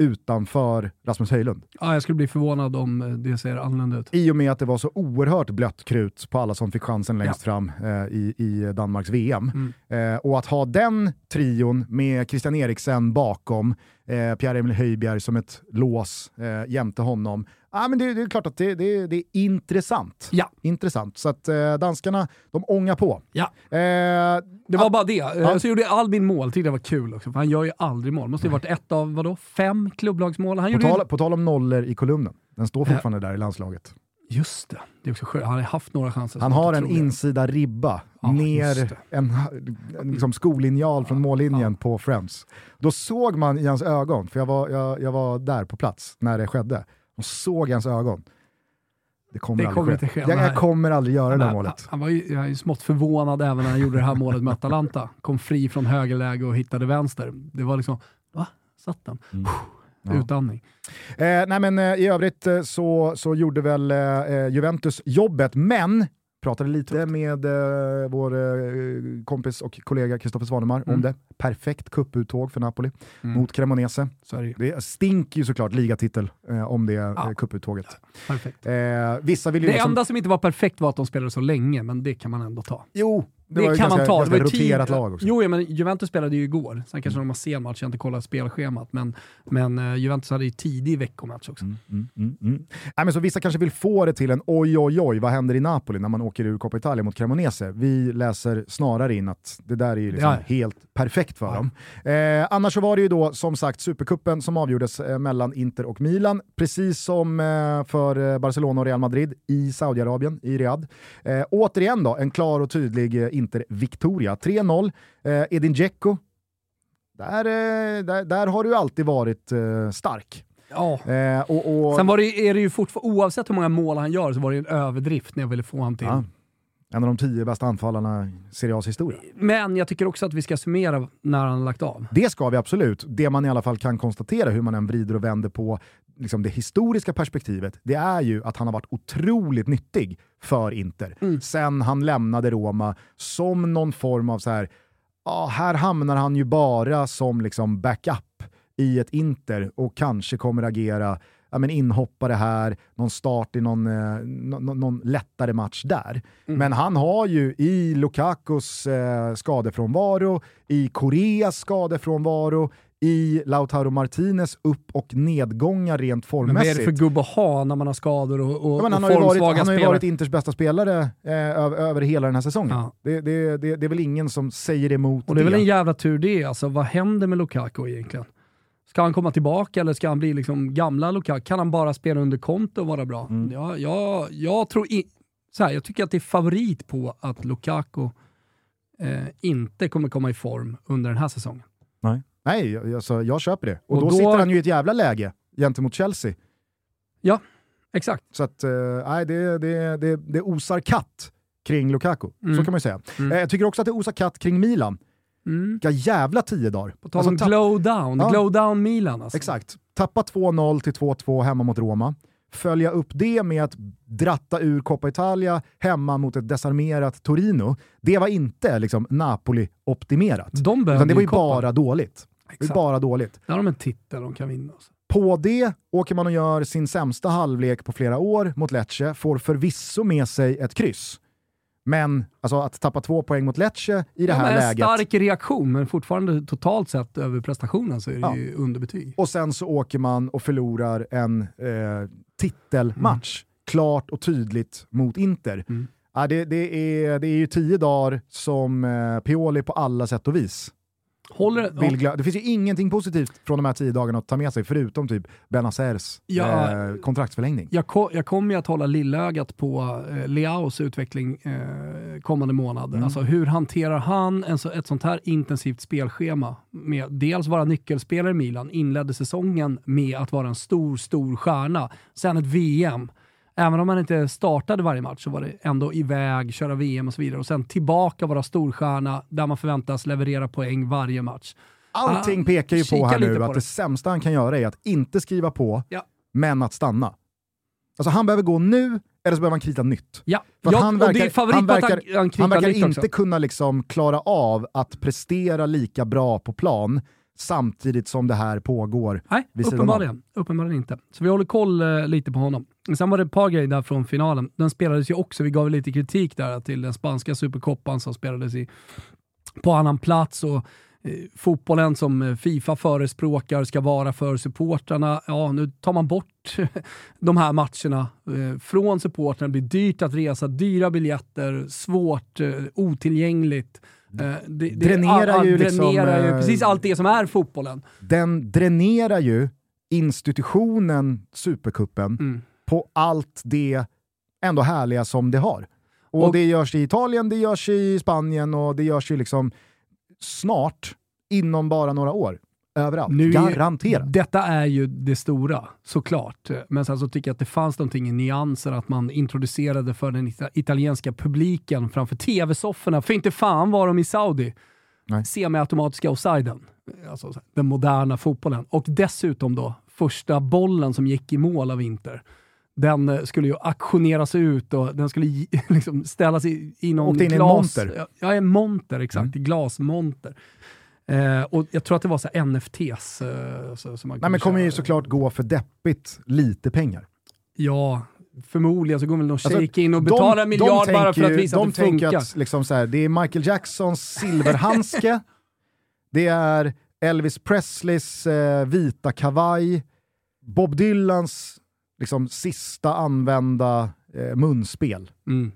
utanför Rasmus Höjlund. Ja, jag skulle bli förvånad om det ser annorlunda ut. I och med att det var så oerhört blött krut på alla som fick chansen längst ja. fram eh, i, i Danmarks V M. Mm. Eh, och att ha den trion med Christian Eriksen bakom, eh, Pierre-Emil Höjbjerg som ett lås eh, jämte honom. Ja, men det, det är klart att det, det, det är intressant. Ja. Intressant. Så att eh, danskarna, de ångar på. Ja. Eh, det var bara det. Ja. Så gjorde Albin mål. Tyckte det var kul också. För han gör ju aldrig mål. Måste ju varit ett av, vadå, fem klubblagsmål. Han på, gjorde tal, ju... på tal om nollor i kolumnen. Den står fortfarande ja. där i landslaget. Just det. Det är också skönt. Han har haft några chanser. Han har en insida ribba ja, ner en, en liksom skolinjal från mållinjen ja. på Friends. Då såg man i hans ögon, för jag var, jag, jag var där på plats när det skedde. Och såg i hans ögon. Det kommer, det aldrig kommer ske. Inte ske. Jag, jag kommer aldrig göra det här målet. Han var ju, jag är ju smått förvånad även när han gjorde det här målet med Atalanta. Kom fri från högerläge och hittade vänster. Det var liksom, va? Satt den? Mm. Ja. Utandning. Eh, nej men eh, i övrigt eh, så, så gjorde väl eh, Juventus jobbet, men pratade lite med eh, vår eh, kompis och kollega Kristoffer Svanemar mm. om det. Perfekt kupputtåg för Napoli mm. mot Cremonese. Sorry. Det stinker ju såklart ligatitel eh, om det ja. eh, kupputtåget. Perfekt. Eh, vissa vill ju det liksom... enda som inte var perfekt var att de spelade så länge, men det kan man ändå ta. Jo, det, det var kan ganska, man ta. ganska det var roterat tid... lag också. Jo, ja, men Juventus spelade ju igår. Sen kanske mm. de har sen match, jag har inte kollat spelschemat. Men, men uh, Juventus hade ju tidig veckomatch också. Mm, mm, mm, mm. Nej, men så vissa kanske vill få det till en oj oj oj, vad händer i Napoli när man åker ur Coppa Italia mot Cremonese? Vi läser snarare in att det där är ju liksom ja. helt perfekt för ja. dem. Eh, annars så var det ju då som sagt Supercupen som avgjordes eh, mellan Inter och Milan. Precis som eh, för Barcelona och Real Madrid i Saudiarabien, i Riyadh. Eh, återigen då, en klar och tydlig eh, Inter-Victoria. tre noll. Eh, Edin Dzeko. Där, eh, där, där har du alltid varit eh, stark. Ja. Eh, och, och... Sen var det, är det ju fortfarande, oavsett hur många mål han gör, så var det en överdrift när jag ville få han till. Ja. En av de tio bästa anfallarna i Serie A's historia. Men jag tycker också att vi ska summera när han har lagt av. Det ska vi absolut. Det man i alla fall kan konstatera, hur man än vrider och vänder på liksom det historiska perspektivet, det är ju att han har varit otroligt nyttig för Inter. Mm. Sen han lämnade Roma som någon form av så här, ja, här hamnar han ju bara som liksom backup i ett Inter och kanske kommer agera ja, men inhoppare här, någon start i någon, eh, någon, någon lättare match där. Mm. Men han har ju i Lukakos eh, skadefrånvaro, i Koreas skadefrånvaro, i Lautaro Martinez upp- och nedgångar rent formmässigt. Men vad är det för gubb att ha när man har skador och, och, ja, men han och har ju varit, han har ju varit Inters bästa spelare eh, över, över hela den här säsongen. Ja. Det, det, det, det är väl ingen som säger emot det. Och det är väl en jävla tur det. Alltså, vad händer med Lukaku egentligen? Ska han komma tillbaka eller ska han bli liksom gamla Lukaku? Kan han bara spela under konto och vara bra? Mm. Ja, jag, jag tror i, så här, jag tycker att det är favorit på att Lukaku eh, inte kommer komma i form under den här säsongen. Nej, Nej jag, alltså, jag köper det. Och, och då, då sitter han ju i ett jävla läge gentemot Chelsea. Ja, exakt. Så att, eh, nej, det, det, det, det osar katt kring Lukaku. Mm. Så kan man ju säga. Mm. Eh, jag tycker också att det osar katt kring Milan. Mm. Vilka jävla tio dagar. På tal om alltså, glow down. Ja. Glow down Milan. Alltså. Exakt. Tappa två noll till två två hemma mot Roma. Följa upp det med att dratta ur Coppa Italia hemma mot ett desarmerat Torino. Det var inte liksom Napoli-optimerat. De utan det var ju Coppa. bara dåligt. Det var bara dåligt. Där har de en titel de kan vinna. Alltså. På det åker man och gör sin sämsta halvlek på flera år mot Lecce. Får förvisso med sig ett kryss. Men alltså, att tappa två poäng mot Lecce i det ja, här en läget. Stark reaktion, men fortfarande totalt sett över prestationen så är det ja. ju underbetyg. Och sen så åker man och förlorar en eh, titelmatch. Mm. Klart och tydligt mot Inter. Mm. Ja, det, det, är, det är ju tio dagar som eh, Pioli på alla sätt och vis Håller, vill glö- det finns ju ingenting positivt från de här tio dagarna att ta med sig förutom typ Benazers ja, eh, kontraktsförlängning. Jag, ko- jag kommer ju att hålla lillögat på eh, Leaos utveckling eh, kommande månad. Mm. Alltså hur hanterar han en så, ett sånt här intensivt spelschema med dels vara nyckelspelare i Milan, inledde säsongen med att vara en stor, stor stjärna. Sen ett V M. Även om man inte startade varje match så var det ändå iväg, köra V M och så vidare. Och sen tillbaka vara storstjärna där man förväntas leverera poäng varje match. Allting ah, pekar ju på här nu på att det. det sämsta han kan göra är att inte skriva på, ja. men att stanna. Alltså han behöver gå nu, eller så behöver han krita nytt. Ja, För ja han och verkar, det är favorit han verkar, på att han, han, han verkar inte också. kunna liksom klara av att prestera lika bra på plan samtidigt som det här pågår. Nej, uppenbarligen, uppenbarligen inte. Så vi håller koll eh, lite på honom. Sen var det ett par grejer där från finalen. Den spelades ju också, vi gav lite kritik där till den spanska superkoppan som spelades i, på annan plats och eh, fotbollen som FIFA förespråkar ska vara för supportrarna. Ja, nu tar man bort de här matcherna eh, från supportrarna. Det blir dyrt att resa, dyra biljetter, svårt, eh, otillgängligt. Uh, det, dränerar det, all, ju, dränerar liksom, ju precis allt det som är fotbollen. Den dränerar ju institutionen Supercupen mm. på allt det ändå härliga som det har. Och, och det görs i Italien, det görs i Spanien och det görs ju liksom snart inom bara några år. Överallt, nu garanterat. Är, detta är ju det stora, såklart. Men sen så tycker jag att det fanns någonting i nyanser att man introducerade för den ita- italienska publiken framför tv-sofforna. För inte fan var de i Saudi. Nej. Semi-automatiska offsiden. Alltså den moderna fotbollen. Och dessutom då, första bollen som gick i mål av Inter. Den skulle ju aktioneras ut och den skulle liksom ställas i, i någon in glas... I monter. Ja, en monter, exakt. Mm. Glasmonter. Eh, och jag tror att det var så här N F Ts. Eh, så, så man Nej, men kommer ju såklart gå för deppigt lite pengar. Ja, förmodligen så går väl någon alltså, shake in och betala en miljard de bara för att visa de att det funkar. Att, liksom så här, det är Michael Jacksons silverhandske, det är Elvis Presleys eh, vita kavaj, Bob Dylans liksom sista använda eh, munspel. Mm.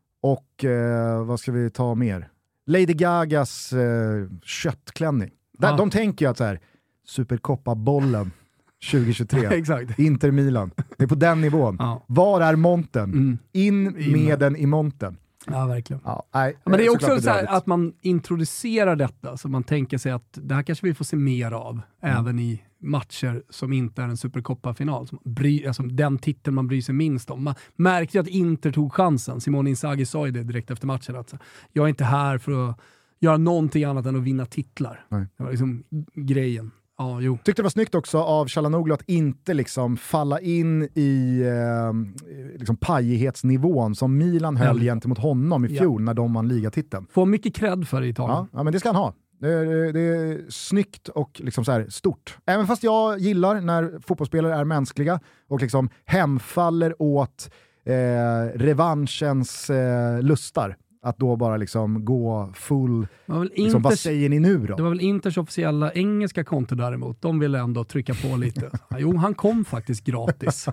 Och eh, vad ska vi ta mer? Lady Gagas eh, köttklänning. Där, ah. De tänker ju att så här, Supercoppa-bollen tjugohundratjugotre, Exakt. Inter Milan. Det är på den nivån. Ah. Var är monten? Mm. In med den i monten. Ja, verkligen. Ja, nej, men det är också så bedrövligt. här att man introducerar detta så man tänker sig att det här kanske vi får se mer av mm. även i matcher som inte är en Supercoppa-final. Som bry, alltså den titeln man bryr sig minst om. Man märkte att Inter tog chansen. Simone Inzaghi sa ju det direkt efter matchen att jag är inte här för att göra någonting annat än att vinna titlar. Nej. Det var liksom grejen. Ja, jo. Tyckte det var snyggt också av Çalhanoğlu att inte liksom falla in i eh, liksom pajighetsnivån som Milan höll mm. gentemot honom i fjol ja. när de vann ligatiteln. Får mycket cred för det i Italien. Ja, ja, men det ska han ha. Det är, det är snyggt och liksom så här stort. Även fast jag gillar när fotbollsspelare är mänskliga och liksom hemfaller åt eh, revanschens eh, lustar. Att då bara liksom gå full... Liksom, Inters, vad säger ni nu då? Det var väl Inters officiella engelska konto däremot. De ville ändå trycka på lite. Jo, han kom faktiskt gratis.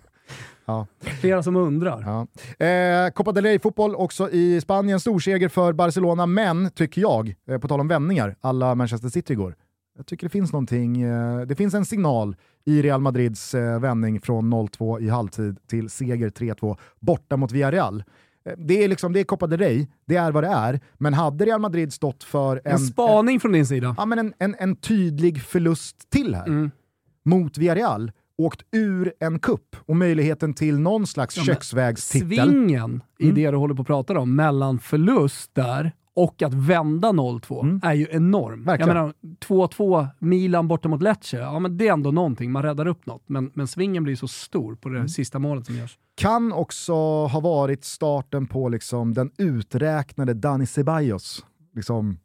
Ja. Flera som undrar. Ja. Eh, Copa del Rey-fotboll också i Spanien. Storseger för Barcelona, men tycker jag, eh, på tal om vändningar, alla Manchester City igår. Jag tycker det finns någonting, eh, det finns en signal i Real Madrids eh, vändning från noll två i halvtid till seger tre två borta mot Villarreal. Det är liksom, det är Copa del Rey, det är vad det är, men hade Real Madrid stått för en... En spaning en, från din sida. Ja, men en, en, en tydlig förlust till här. Mm. Mot Villarreal, åkt ur en kupp och möjligheten till någon slags ja, köksvägstitel. Svingen i mm. det du håller på att prata om, mellan förlust där och att vända noll två mm. är ju enorm. Verkligen. Jag menar, två två Milan borta mot Lecce, ja men det är ändå någonting, man räddar upp något. Men, men svingen blir så stor på det mm. sista målet som görs. Kan också ha varit starten på liksom den uträknade Dani Ceballos liksom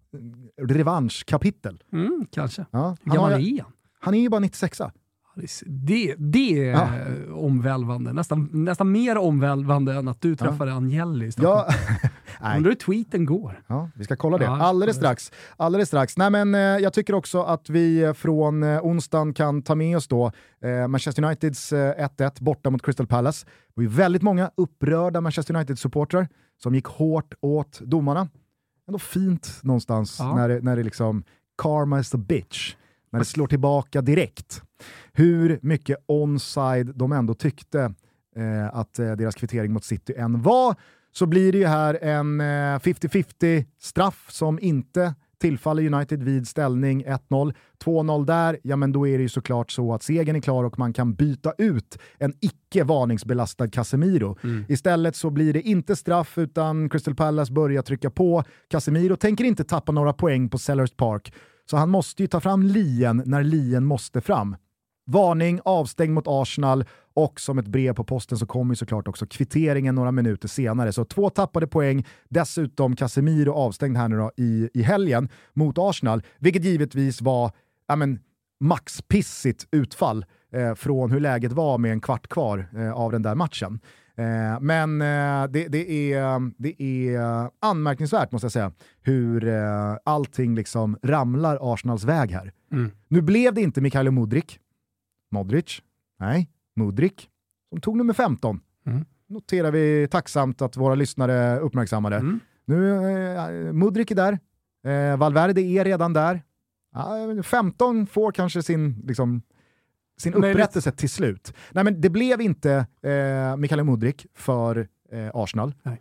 revanschkapitel. Mm, kanske. Ja, hur gammal är han? Han är ju bara nittiosexa. Det, det är ja. omvälvande. Nästan, nästan mer omvälvande än att du träffade ja. Agnelli i Stockholm. Ja. Undrar hur tweeten går. Ja, vi ska kolla det. Ja, alldeles strax. Alldeles strax. Nej, men, eh, jag tycker också att vi från eh, onsdagen kan ta med oss då eh, Manchester Uniteds eh, ett ett borta mot Crystal Palace. Det var ju väldigt många upprörda Manchester United-supportrar som gick hårt åt domarna. ändå fint någonstans Ja. när, det, när det liksom karma is a bitch. När det slår tillbaka direkt. Hur mycket onside de ändå tyckte eh, att eh, deras kvittering mot City än var, så blir det ju här en eh, femtio femtio straff som inte tillfaller United vid ställning ett noll. två noll där, ja men då är det ju såklart så att segern är klar och man kan byta ut en icke varningsbelastad Casemiro. Mm. Istället så blir det inte straff utan Crystal Palace börjar trycka på. Casemiro tänker inte tappa några poäng på Sellers Park, så han måste ju ta fram lien när lien måste fram. Varning, avstängd mot Arsenal, och som ett brev på posten så kommer ju såklart också kvitteringen några minuter senare. Så två tappade poäng, dessutom Casemiro avstängd här nu då i, i helgen mot Arsenal, vilket givetvis var ja men, maxpissigt utfall eh, från hur läget var med en kvart kvar eh, av den där matchen. Eh, men eh, det, det, är, det är anmärkningsvärt måste jag säga hur eh, allting liksom ramlar Arsenals väg här. Mm. Nu blev det inte Mikhailo Mudryk. Modric, nej, Mudryk, som tog nummer femton. Mm. Noterar vi tacksamt att våra lyssnare uppmärksammade. Mm. Nu, eh, Mudryk är där. Eh, Valverde är redan där. Ja, femton får kanske sin, liksom, sin upprättelse till slut. Nej, men det blev inte eh, Mikhailo Mudryk för eh, Arsenal. Nej.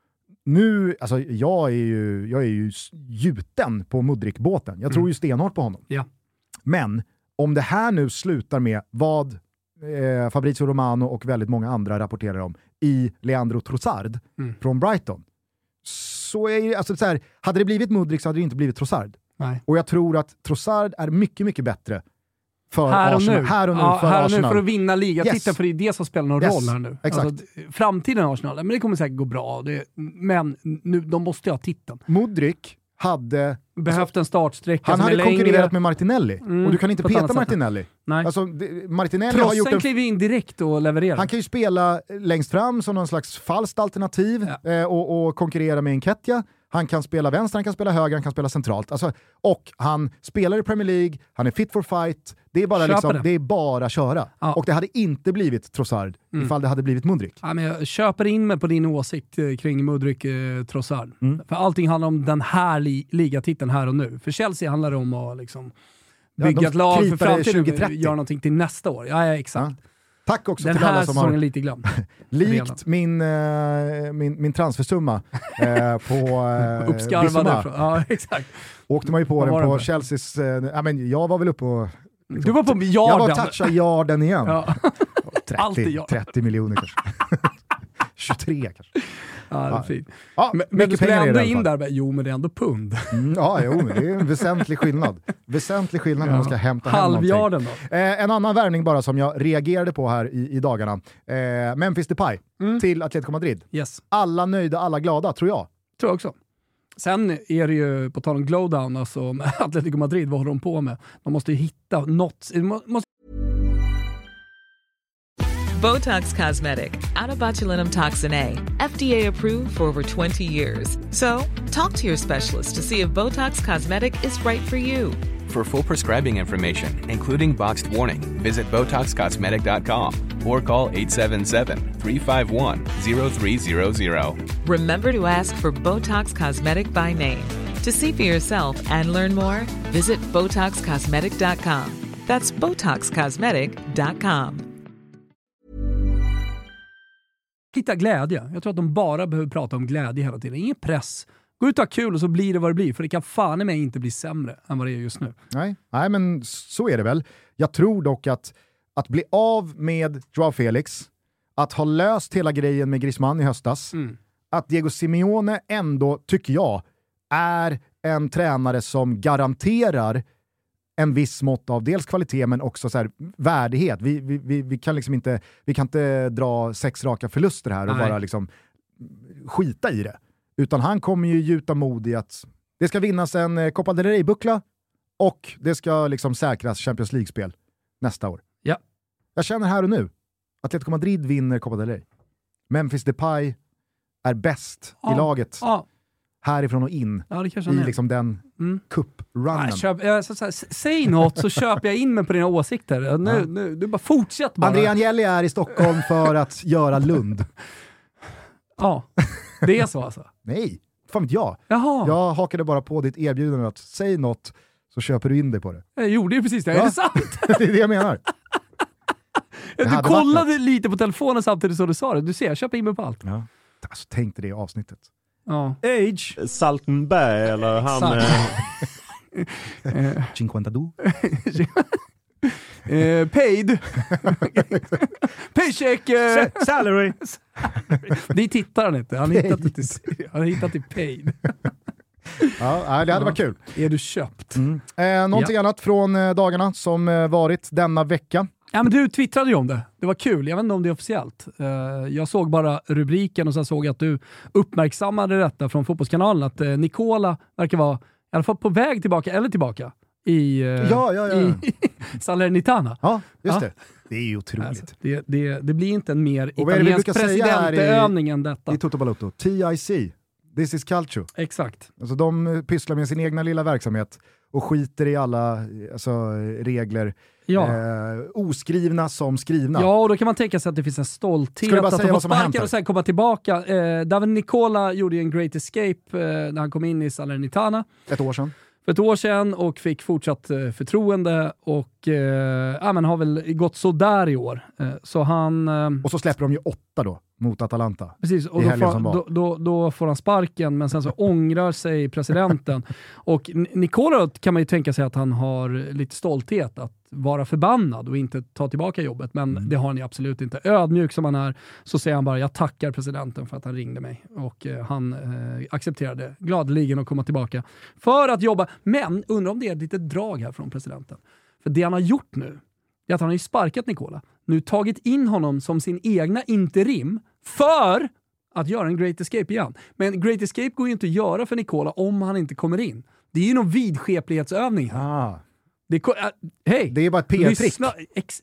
Nu, alltså jag är ju, jag är ju gjuten på Mudryk-båten. Jag tror mm. ju stenhårt på honom. Ja. Men om det här nu slutar med vad eh, Fabrizio Romano och väldigt många andra rapporterar om i Leandro Trossard mm. från Brighton, så är alltså så här, hade det blivit Mudryk så hade det inte blivit Trossard. Nej. Och jag tror att Trossard är mycket, mycket bättre för här och Arsenal. Nu. Här och nu, ja, för, här och Arsenal. Nu för att vinna ligatiteln, yes. För det är det som spelar någon yes. roll här nu. Exakt. Alltså, framtiden Arsenal, men det kommer säkert gå bra. Det, men nu, de måste ju ha titeln. Mudryk hade behövt alltså, en startsträcka. Han hade längre. konkurrerat med Martinelli. Mm, och du kan inte peta Martinelli. Nej. Alltså, det, Martinelli Trossen har gjort en... kliver in direkt och levererar. Han kan ju spela längst fram som någon slags falskt alternativ ja. eh, och, och konkurrera med Nketiah. Han kan spela vänster, han kan spela höger, han kan spela centralt. Alltså, och han spelar i Premier League, han är fit for fight. Det är bara, liksom, det. Det är bara köra. Ja. Och det hade inte blivit Trossard mm. ifall det hade blivit Mudryk. Ja, men jag köper in mig på din åsikt kring Mudryk eh, Trossard. Mm. För allting handlar om den här li- ligatiteln här och nu. För Chelsea handlar det om att liksom, bygga ja, ett lag för framtiden, göra någonting till nästa år. Ja, ja exakt. Ja. Tack också den till alla som har lite glömd. likt min, uh, min, min transfersumma uh, på uh, uppskarvade. Ja, exakt. Åkte man ju på den på det? Chelseas... Uh, ja, men jag var väl uppe på... Liksom, du var på yarden. Jag var toucha yarden igen. Ja. trettio, trettio miljoner kanske. tjugotre kanske. Ja, det är fint. Ja, men men du skulle ändå in där, jo men det är ändå pund. Mm, ja, jo, men det är en väsentlig skillnad. Väsentlig skillnad när ja. man ska hämta hem halvjarden då. Eh, en annan värvning bara som jag reagerade på här i, i dagarna. Eh, Memphis Depay mm. till Atletico Madrid. Yes. Alla nöjda, alla glada, tror jag. Tror jag också. Sen är det ju, på tal om glowdown, alltså med Atletico Madrid, vad håller de på med? De måste ju hitta något. Måste... Botox Cosmetic, out of botulinum toxin A, F D A approved for over twenty years. So, talk to your specialist to see if Botox Cosmetic is right for you. For full prescribing information, including boxed warning, visit Botox Cosmetic dot com or call eight seven seven, three five one, zero three zero zero. Remember to ask for Botox Cosmetic by name. To see for yourself and learn more, visit Botox Cosmetic dot com. That's Botox Cosmetic dot com. Hitta glädje. Jag tror att de bara behöver prata om glädje hela tiden. Ingen press. Gå ut och ha kul och så blir det vad det blir. För det kan fan i mig inte bli sämre än vad det är just nu. Nej, nej men så är det väl. Jag tror dock att att bli av med Joao Felix, att ha löst hela grejen med Griezmann i höstas, mm. att Diego Simeone ändå, tycker jag, är en tränare som garanterar en viss mått av dels kvalitet men också så här, värdighet. Vi, vi, vi, vi kan liksom inte vi kan inte dra sex raka förluster här och Nej. bara liksom skita i det. Utan han kommer ju gjuta mod i att det ska vinnas en Copa del Rey-buckla och det ska liksom säkras Champions League-spel nästa år. Ja. Jag känner här och nu att Atletico Madrid vinner Copa del Rey. Memphis Depay är bäst ja. i laget. Ja. Härifrån och in ja, det i liksom den mm. cup-runnen. Köp, jag, så, så här, säg något så köper jag in mig på dina åsikter. Nu, ja. nu, du bara fortsätt bara. André Agnelli är i Stockholm för att göra Lund. Ja, det är så alltså. Nej, fan vet jag. Jaha. Jag hakade bara på ditt erbjudande att säg något så köper du in dig på det. Jag gjorde ju precis det, ja. Är det sant? Det är det jag menar. Du kollade lite på telefonen samtidigt som du sa det. Du ser, jag köper in mig på allt. Ja. Alltså, tänk dig det i avsnittet. Ja. Age. Saltenberg eller han... eh... Cinquantadou. eh, paid. Paycheck. Eh. Salary. Det tittar han inte. Han har hittat det till, han har hittat till paid. Ja, det hade ja. varit kul. Är du köpt? Mm. Eh, någonting ja. annat från eh, dagarna som eh, varit denna vecka? Ja, men du twittrade ju om det. Det var kul. Jag vet inte om det är officiellt. Uh, jag såg bara rubriken och sen såg jag att du uppmärksammade detta från Fotbollskanalen. Att uh, Nicola verkar vara i alla fall på väg tillbaka, eller tillbaka, i, uh, ja, ja, ja. i Salernitana. Ja, just ja. det. Det är ju otroligt. Alltså, det, det, det blir inte en mer och italiensk presidentövning än detta. I Toto Balotto. T I C. This is culture. Exakt. Alltså de pysslar med sin egna lilla verksamhet och skiter i alla alltså, regler. Ja. Eh, oskrivna som skrivna. Ja, och då kan man tänka sig att det finns en stolthet att de får sparka och sen komma tillbaka. Eh, David Nicola gjorde en great escape eh, när han kom in i Salernitana. Ett år sedan. För ett år sedan och fick fortsatt eh, förtroende och eh, ja, men har väl gått så där i år. Eh, så han, eh, och så släpper de ju åtta då mot Atalanta. Precis, och då får, då, då, då får han sparken, men sen så ångrar sig presidenten. Och Nicola kan man ju tänka sig att han har lite stolthet att vara förbannad och inte ta tillbaka jobbet, men mm. det har han ju absolut inte. Ödmjuk som han är, så säger han bara, jag tackar presidenten för att han ringde mig. Och eh, han eh, accepterade gladeligen att komma tillbaka för att jobba. Men undrar om det är ett litet drag här från presidenten. För det han har gjort nu är att han har ju sparkat Nicola. Nu tagit in honom som sin egna interim för att göra en great escape igen. Men great escape går ju inte att göra för Nicola om han inte kommer in. Det är ju någon vidskeplighetsövning här. Ah. Det, äh, hej, det är bara ett P R-trick. Ex,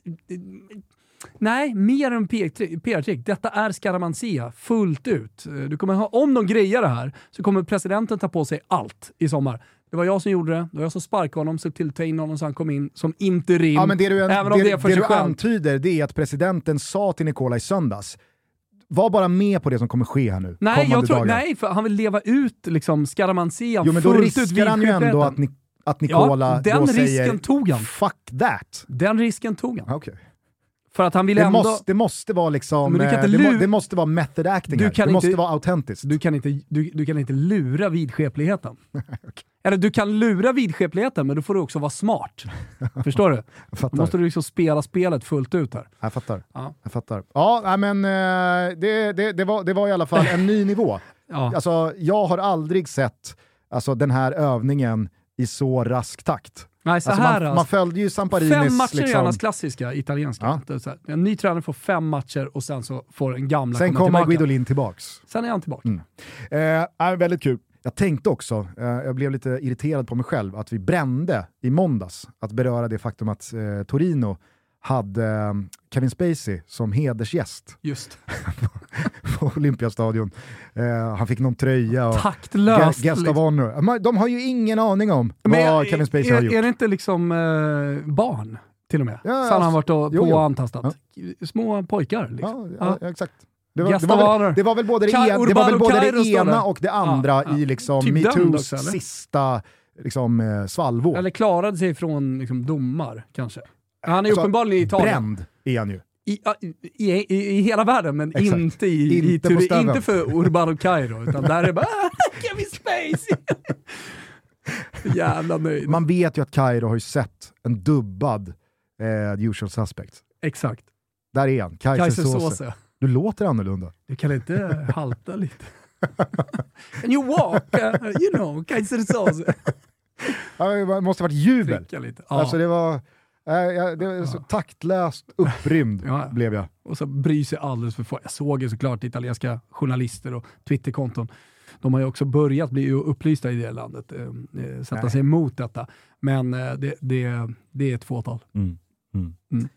nej, mer än P R-trick. Detta är Scaramanzia fullt ut. Du kommer ha, om de grejer det här så kommer presidenten ta på sig allt i sommar. Det var jag som gjorde det. Det var jag som sparkade honom, såg till att ta in honom så han kom in som interim. Ja, men det du, även om det, det är för det sig du själv. antyder, det är att presidenten sa till Nicola i söndags, var bara med på det som kommer ske här nu. Nej, jag tror, nej, för han vill leva ut liksom Scaramanzia. Jo, men då riskar han ju ändå att, ni, att Nicola ja, då säger säger tog han. fuck that. Den risken tog han. Okay. För att han vill det, ändå... måste, det måste vara liksom, men du kan inte det, lu- må, det måste vara method acting du här. Kan det inte, måste vara autentiskt. Du kan inte, du, du kan inte lura vidskepligheten. Okay. Eller du kan lura vidskepligheten, men då får du också vara smart. Förstår du? Då måste du liksom spela spelet fullt ut här. Jag fattar. Ja. Jag fattar. Ja, men det, det, det, var, det var i alla fall en ny nivå. Ja. Alltså, jag har aldrig sett alltså, den här övningen i så rask takt. Nej, så alltså här, man, man följde ju Samparinis... Fem matcher liksom... är annars klassiska italienska. Ja. Så här, en ny tränare får fem matcher och sen så får en gamla sen komma tillbaka. Sen kommer Guidolin tillbaks. Sen är han tillbaka. Mm. Eh, väldigt kul. Jag tänkte också, eh, jag blev lite irriterad på mig själv, att vi brände i måndags att beröra det faktum att eh, Torino hade eh, Kevin Spacey som hedersgäst. Just. på Olympiastadion. Eh, han fick någon tröja och taktlöst. Guest of liksom. honor. De har ju ingen aning om Men vad är, Kevin Spacey är, har gjort. Är det inte liksom eh, barn till och med? Ja, så alltså, han har varit och, jo, på jo. och antastat. Ja. Små pojkar liksom. Ja, ja, ja. exakt. Det var, det, var var väl, det var väl både det, Ka- en, det, var väl både det Kairo ena och det andra ja, ja. i liksom typ MeToos sista liksom, eh, svalvår. Eller klarade sig från liksom, domar kanske. Han är alltså, uppenbarligen i Italien. Bränd är han ju. I, i, i, i hela världen, men Exakt. inte i, inte, i Tur, inte för Urbano Cairo, utan där är bara Kevin Spacey. Jävla nöjd. Man vet ju att Cairo har ju sett en dubbad eh, The Usual Suspects. Exakt. Där är han, Kaiser Soze. Soze. Du låter annorlunda. Du kan inte halta lite. And you walk, uh, you know, Kaiser Soze. Det måste ha varit jubel. Lite. Ja. Alltså det var... Äh, det var så ja. taktlöst upprymd ja. blev jag. Och så bryr sig alldeles för få. Jag såg ju såklart italienska journalister och Twitterkonton. De har ju också börjat bli upplysta i det landet. Eh, sätta Nej. sig emot detta. Men eh, det, det, det är ett fåtal. Mm. Mm. Mm.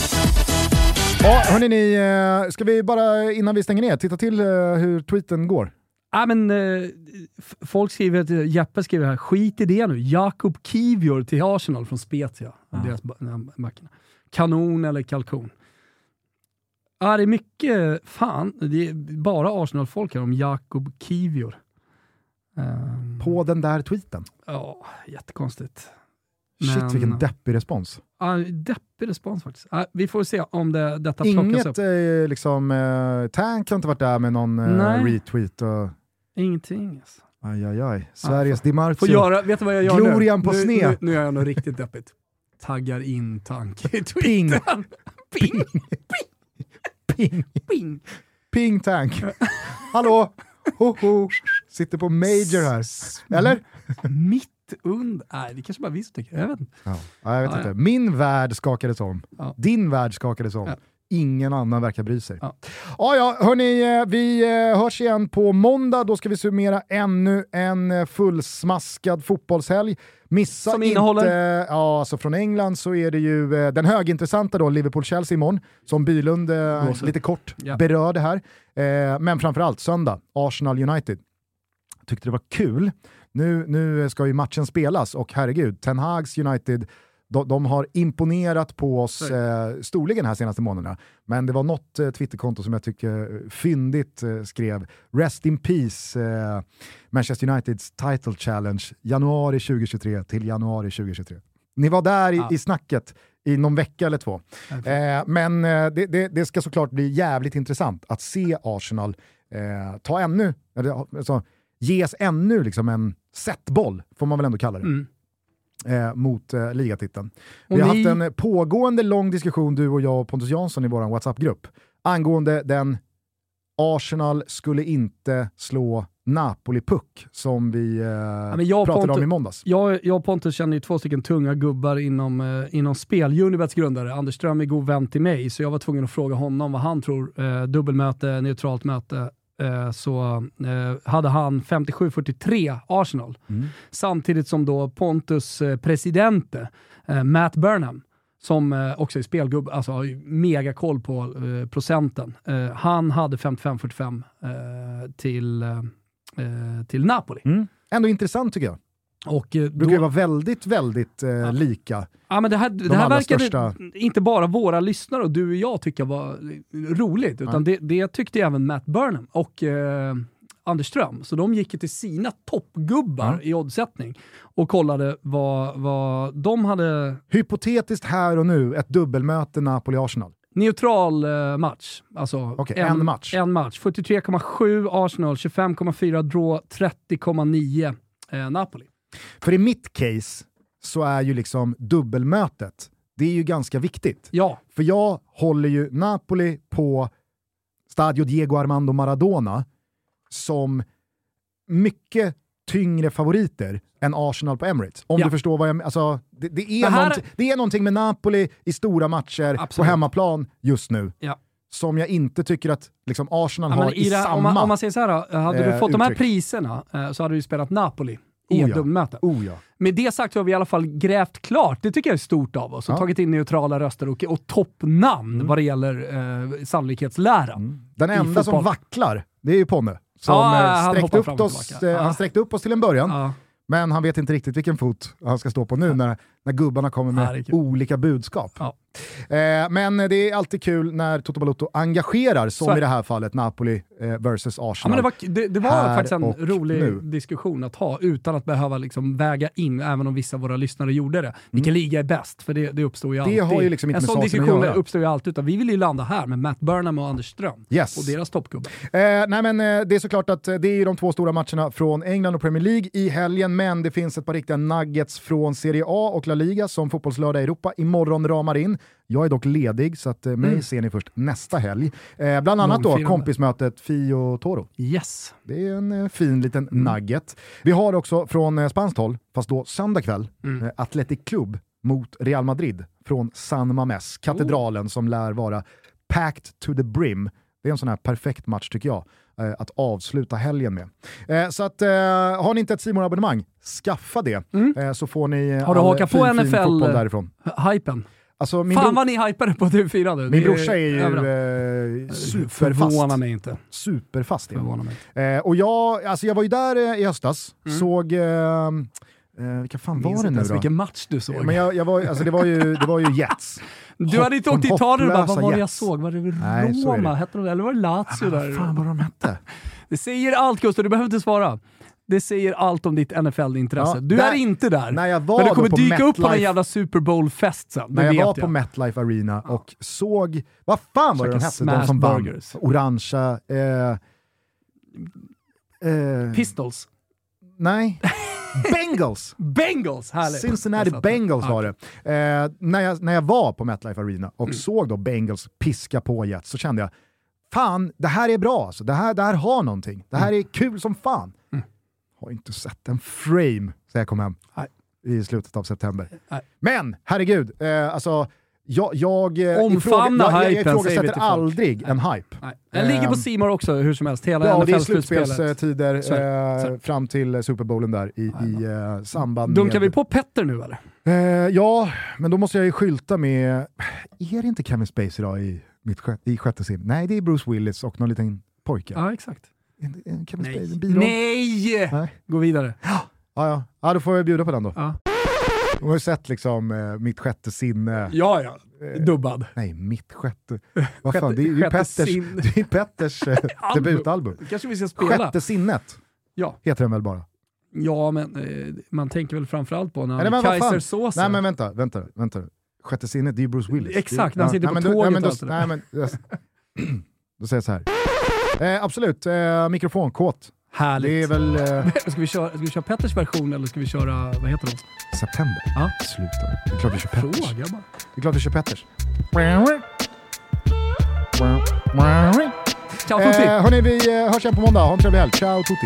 Ja, hörni, ni, ska vi bara innan vi stänger ner titta till hur tweeten går? Ja, men eh, f- folk skriver, Jeppe skriver här, skit i det nu. Jakob Kivior till Arsenal från Spezia. Ja. Deras backarna. Kanon eller kalkon. Ja, det är mycket, fan, det är bara Arsenal-folk här om Jakob Kivior. Um, På den där tweeten. Ja, jättekonstigt. Shit, Men, vilken deppig respons. Ja, deppig respons faktiskt. Ja, vi får se om det, detta Inget, plockas upp. eh, liksom, eh, Tank har inte varit där med någon eh, retweet. Och... Ingenting. Alltså. Aj, aj, aj. Sveriges ja, Di Marzio. Får göra, vet du vad jag gör Glorian nu? på nu, sned. Nu, nu är jag nog riktigt deppigt. Taggar in Tank i Ping. Ping. Ping. Ping. Ping. Ping Tank. Hallå. Ho, ho. Sitter på major här. Eller? Mitt under. Nej, det kanske bara vi som tycker. Jag vet inte. Ja, jag vet ja, inte. ja. Min värld skakades om. Ja. Din värld skakades om. Ja. Ingen annan verkar bry sig. Ja. Ja, ja, hörni, vi hörs igen på måndag. Då ska vi summera ännu en fullsmaskad fotbollshelg. Missa Som inte... innehåller? Ja, alltså från England så är det ju den högintressanta då, Liverpool-Chelsea imorgon, som Bylund eh, lite kort ja. berörde här. Eh, men framförallt söndag, Arsenal United. Tyckte det var kul. Nu, nu ska ju matchen spelas och herregud, Ten Hags United, de, de har imponerat på oss eh, storligen här senaste månaderna. Men det var något eh, Twitterkonto som jag tycker fyndigt eh, skrev Rest in peace eh, Manchester Uniteds title challenge januari tjugohundratjugotre till januari tjugohundratjugotre. Ni var där i, ja. i snacket i någon vecka eller två. Eh, men eh, det, det, det ska såklart bli jävligt intressant att se Arsenal eh, ta ännu, alltså, ges ännu liksom en setboll, får man väl ändå kalla det. Mm. Eh, mot eh, ligatiteln. Vi har ni... haft en pågående lång diskussion, du och jag och Pontus Jansson i vår WhatsApp-grupp, angående den Arsenal skulle inte slå Napoli-puck som vi eh, ja, pratade Pontus, om i måndags. Jag, jag och Pontus känner ju två stycken tunga gubbar inom, eh, inom spel. Unibets grundare, Anders Ström, är god vän till mig, så jag var tvungen att fråga honom vad han tror. Eh, dubbelmöte, neutralt möte. Så eh, hade han femtiosju fyrtiotre Arsenal. Mm. Samtidigt som då Pontus eh, presidente eh, Matt Burnham, som eh, också är spelgubb, alltså har mega koll på eh, procenten. Eh, han hade femtiofem fyrtiofem eh, till, eh, till Napoli. Mm. Ändå intressant tycker jag. Och, eh, brukar ju vara väldigt, väldigt eh, ja. lika. Ja, men det här, De det här verkar största... inte bara våra lyssnare och du och jag tycka var roligt, utan ja. det, det tyckte även Matt Burnham och eh, Anders Ström. Så de gick till sina toppgubbar ja. i oddsättning och kollade vad, vad de hade... Hypotetiskt här och nu, ett dubbelmöte Napoli-Arsenal. Neutral eh, match. Alltså okay, en, en match. En match. fyrtiotre komma sju Arsenal, tjugofem komma fyra draw, trettio komma nio eh, Napoli. För i mitt case så är ju liksom dubbelmötet, det är ju ganska viktigt. Ja. För jag håller ju Napoli på Stadio Diego Armando Maradona som mycket tyngre favoriter än Arsenal på Emirates. Om ja. du förstår vad jag menar. Alltså, det, det, är det, här... det är någonting med Napoli i stora matcher Absolut. på hemmaplan just nu. Ja. Som jag inte tycker att liksom, Arsenal ja, har i, i det, samma om man, om man säger så här, hade eh, du fått uttryck. de här priserna eh, så hade du spelat Napoli i oh, ett dubbelmöte. Oh, ja. Med det sagt så har vi i alla fall grävt klart. Det tycker jag är stort av oss. Och ja. tagit in neutrala röster och, och toppnamn mm. vad det gäller eh, sannolikhetsläran. Mm. Den enda som vacklar, det är ju Ponne. Som ja, sträckte upp oss, eh, ja. han sträckte upp oss till en början. Ja. Men han vet inte riktigt vilken fot han ska stå på nu ja. när, när gubbarna kommer med ja, olika budskap. Ja. Eh, men det är alltid kul när Toto Balotto engagerar, som Så. i det här fallet Napoli eh, versus Arsenal. Ja, men det var, det, det var faktiskt en rolig nu. diskussion att ha utan att behöva liksom väga in, även om vissa av våra lyssnare gjorde det. Vilken mm. liga är bäst? För det, det uppstår ju det alltid. Har ju liksom inte en med sån diskussion att göra. uppstår ju alltid, utan vi vill ju landa här med Matt Burnham och Anders Ström yes. och deras toppgubbar. Eh, nej men eh, det är såklart att det är de två stora matcherna från England och Premier League i helgen, men det finns ett par riktiga nuggets från Serie A och La Liga som Fotbollslördag i Europa imorgon ramar in. Jag är dock ledig, så att eh, mig mm. ser ni först nästa helg. Eh, bland annat då kompismötet Fio Toro. Yes. Det är en eh, fin liten mm. nugget. Vi har också från eh, spanskt håll, fast då söndag kväll, mm. eh, Athletic Club mot Real Madrid från San Mamés, katedralen oh. som lär vara packed to the brim. Det är en sån här perfekt match tycker jag eh, att avsluta helgen med. Eh, så att eh, har ni inte ett C More-abonnemang, skaffa det. Mm. Eh, så får ni eh, har du hakat på N F L därifrån. Hypen? Alltså, min Fan bro- vad ni hypade på T V fyra nu. Min brorsa är ju eh, superfast. Förvånar mig inte. Superfast. Förvånar mig. Eh, och jag, alltså jag var ju där eh, i höstas, mm. såg... Eh, Eh, vilka fan Minns var det nu då? Vilken match du såg. Men jag, jag var, alltså det, var ju, det var ju Jets. Du Hopp, hade inte åkt till Italien och bara, vad var det jag Jets. såg? Var det Nej, Roma? Hette de, eller var det Lazio ja, där? Vad fan var de hette? Det säger allt, Gustav, du behöver inte svara. Det säger allt om ditt N F L-intresse. Ja, du där, är inte där. När jag var men du kommer på dyka MetLife, upp på en jävla Super Bowl-fest sen. När jag vet var jag. på MetLife Arena och såg, vad fan var det de hette? De som vann. Burgers. Orangea... Eh, eh, Pistols. Nej. Bengals! Bengals, härligt. Cincinnati Bengals var det. Eh, när, jag, när jag var på MetLife Arena och Mm. såg då Bengals piska på Jets så kände jag, fan, det här är bra alltså. Det här, det här har någonting. Det här är kul som fan. Mm. Har inte sett en frame så jag kom hem Nej. i slutet av september. Nej. Men, herregud, eh, alltså jag, jag, Omfamna jag, jag, jag hypen, säger vi ifrågasätter till folk. aldrig Nej. en hype. Nej. Den ligger på C More också hur som helst. Hela Ja, och det är N F L-slutspelet. slutspelstider Så är det. Så är eh, det. fram till Super Bowlen där i, i eh, samband Dunkar med... vi på Petter nu eller? Eh, ja, men då måste jag ju skylta med... Är det inte Kevin Spacey idag i, mitt, sjätte- i sjätte sin? Nej, det är Bruce Willis och någon liten pojke. Ja, exakt. En, en Kevin Nej. Spacey, en biroll. Nej! Nej! Gå vidare. Ja, ja. ja, då får jag bjuda på den då. Ja, De har ju sett liksom eh, mitt sjätte sinne. ja. ja. Dubbad. Nej, mitt sjätte. Vad Sjätte- fan, det är ju sjätte Petters, sin- det är Petters eh, Album. debutalbum. Det kanske vi ska spela. Sjätte sinnet Ja. heter den väl bara. Ja, men eh, man tänker väl framförallt på när Nej, men vad fan? Kaiser Sosa. Nej men vänta, vänta, vänta. Sjätte sinnet, det är ju Bruce Willis. Exakt, det, när han sitter nej, på men då- tåget nej, men och då, allt det där. nej, men, jag, då säger jag så här. Eh, absolut, eh, mikrofonkåt. Härligt. Det är väl eh, Ska vi, köra, ska vi köra Petters version eller ska vi köra, vad heter de? september. Ja. Sluta. Det är klart vi kör Petters. Fråga bara. Det är klart vi kör Petters. Ciao tutti! Eh, hörni, vi eh, hörs igen på måndag. Ha en trevlig helg. Ciao tutti!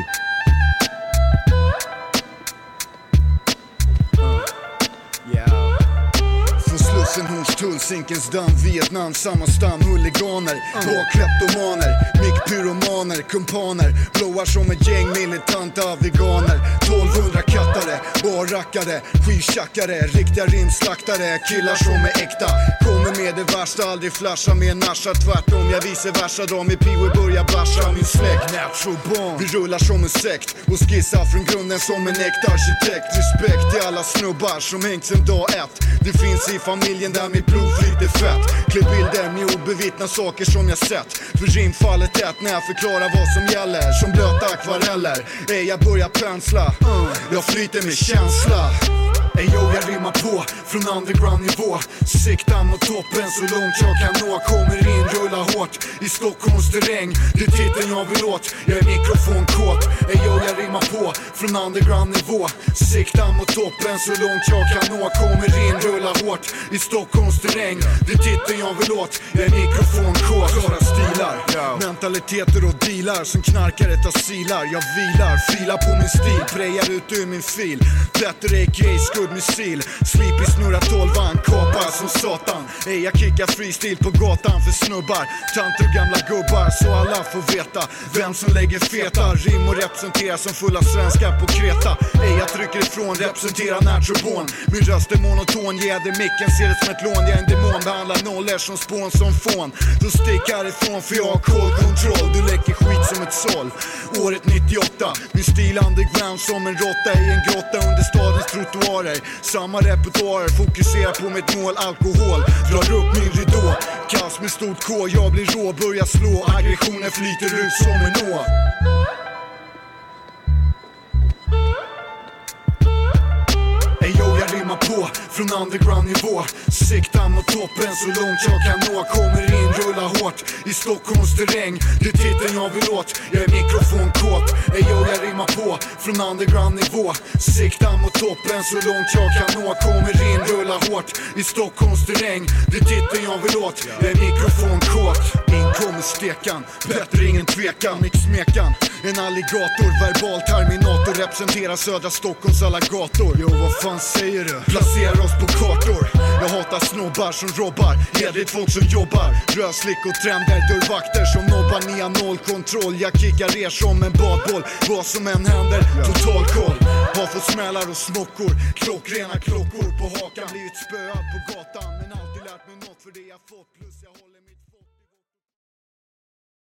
Från Slussen, Hornstull, Zinkens damm, Vietnam, samma stam, huliganer, bakkleptomaner, mickpyromaner, kumpaner, blåar som ett gäng militanta veganer, tolvhundra kattare, barrackare, skivtjackare, riktiga rimslaktare, killar som är äkta, kommer med det värsta, aldrig flasha med en nascha, tvärtom, jag vice versa, drar med pio och börjar basha, min släkt, natural born, vi rullar som en sekt och skissar från grunden som en äkta arkitekt, respekt till alla snubbar som hängt sen dag ett, det finns i familjen där mitt blod flyter fett. Klipp bilder med obevittna saker som jag sett. För rimfallet tätt när jag förklarar vad som gäller. Som blöta akvareller. Ey, jag börjar pensla. Jag flyter med känsla. Ey, yo, jag rimmar på från underground nivå. Siktar mot toppen så långt jag kan nå. Kommer in, rullar hårt i Stockholms terräng. Det är titeln jag vill åt. Jag är mikrofonkåt. Ey, yo, jag rimmar på från underground nivå. Siktar mot toppen så långt jag kan nå. Kommer in, rullar hårt i Stockholms terräng. Det är titeln jag vill åt. Jag är mikrofonkåt. Klara stilar, mentaliteter och dealar som knarkare tar silar. Jag vilar, filar på min stil, prejar ut ur min fil. Petter A K A skuddmissil, sleepy snurrar tolvan, kapar som satan. Ey, jag kickar freestyle på gatan för snubbar, tanter och gamla gubbar, så alla får veta vem som lägger feta rim och representerar som fulla svenskar på Kreta. Ey, jag trycker ifrån, representerar naturborn. Min röst är monoton, ger dig micken, ser det som ett lån. Jag är en demon, behandlar nollor som spån som fån. Då stick härifrån för jag har cold control. Du läcker skit som ett såll. Året nittioåtta, min stil underground som en råtta i en grotta under stadens trottoarer. Samma repertoarer, fokuserar på mitt mål, alkohol. Drar upp min ridå, kaos med stort K. Jag blir rå, börjar slå, aggressionen flyter ut som en å. Ey, yo, jag rimmar på från underground nivå. Siktar mot toppen så långt jag kan nå. Kommer in, rullar hårt i Stockholms terräng. Det är titeln jag vill åt. Jag är mikrofonkåt. Ey, yo, jag rimmar på från underground nivå. Siktar mot toppen så långt jag kan nå. Kommer in, rullar hårt i Stockholms terräng. Det är titeln jag vill åt. Jag är mikrofonkåt. In kommer stekan, bättre ingen tvekan. Mix smekan, en alligator, verbal terminator. Representerar södra Stockholms alla gator. Jo, vad fan säger du? Placera oss på kartor. Jag hatar snobbar som robbar, hedligt folk som jobbar. Röslick och trender, dörrvakter som nobbar. Ni har noll kontroll, jag kickar er som en badboll. Vad som än händer, total koll. Har fått smällar och smockor, klockrena klockor på hakan. Blivit spöad på gatan, men alltid lärt mig något för det jag fått. Plus jag har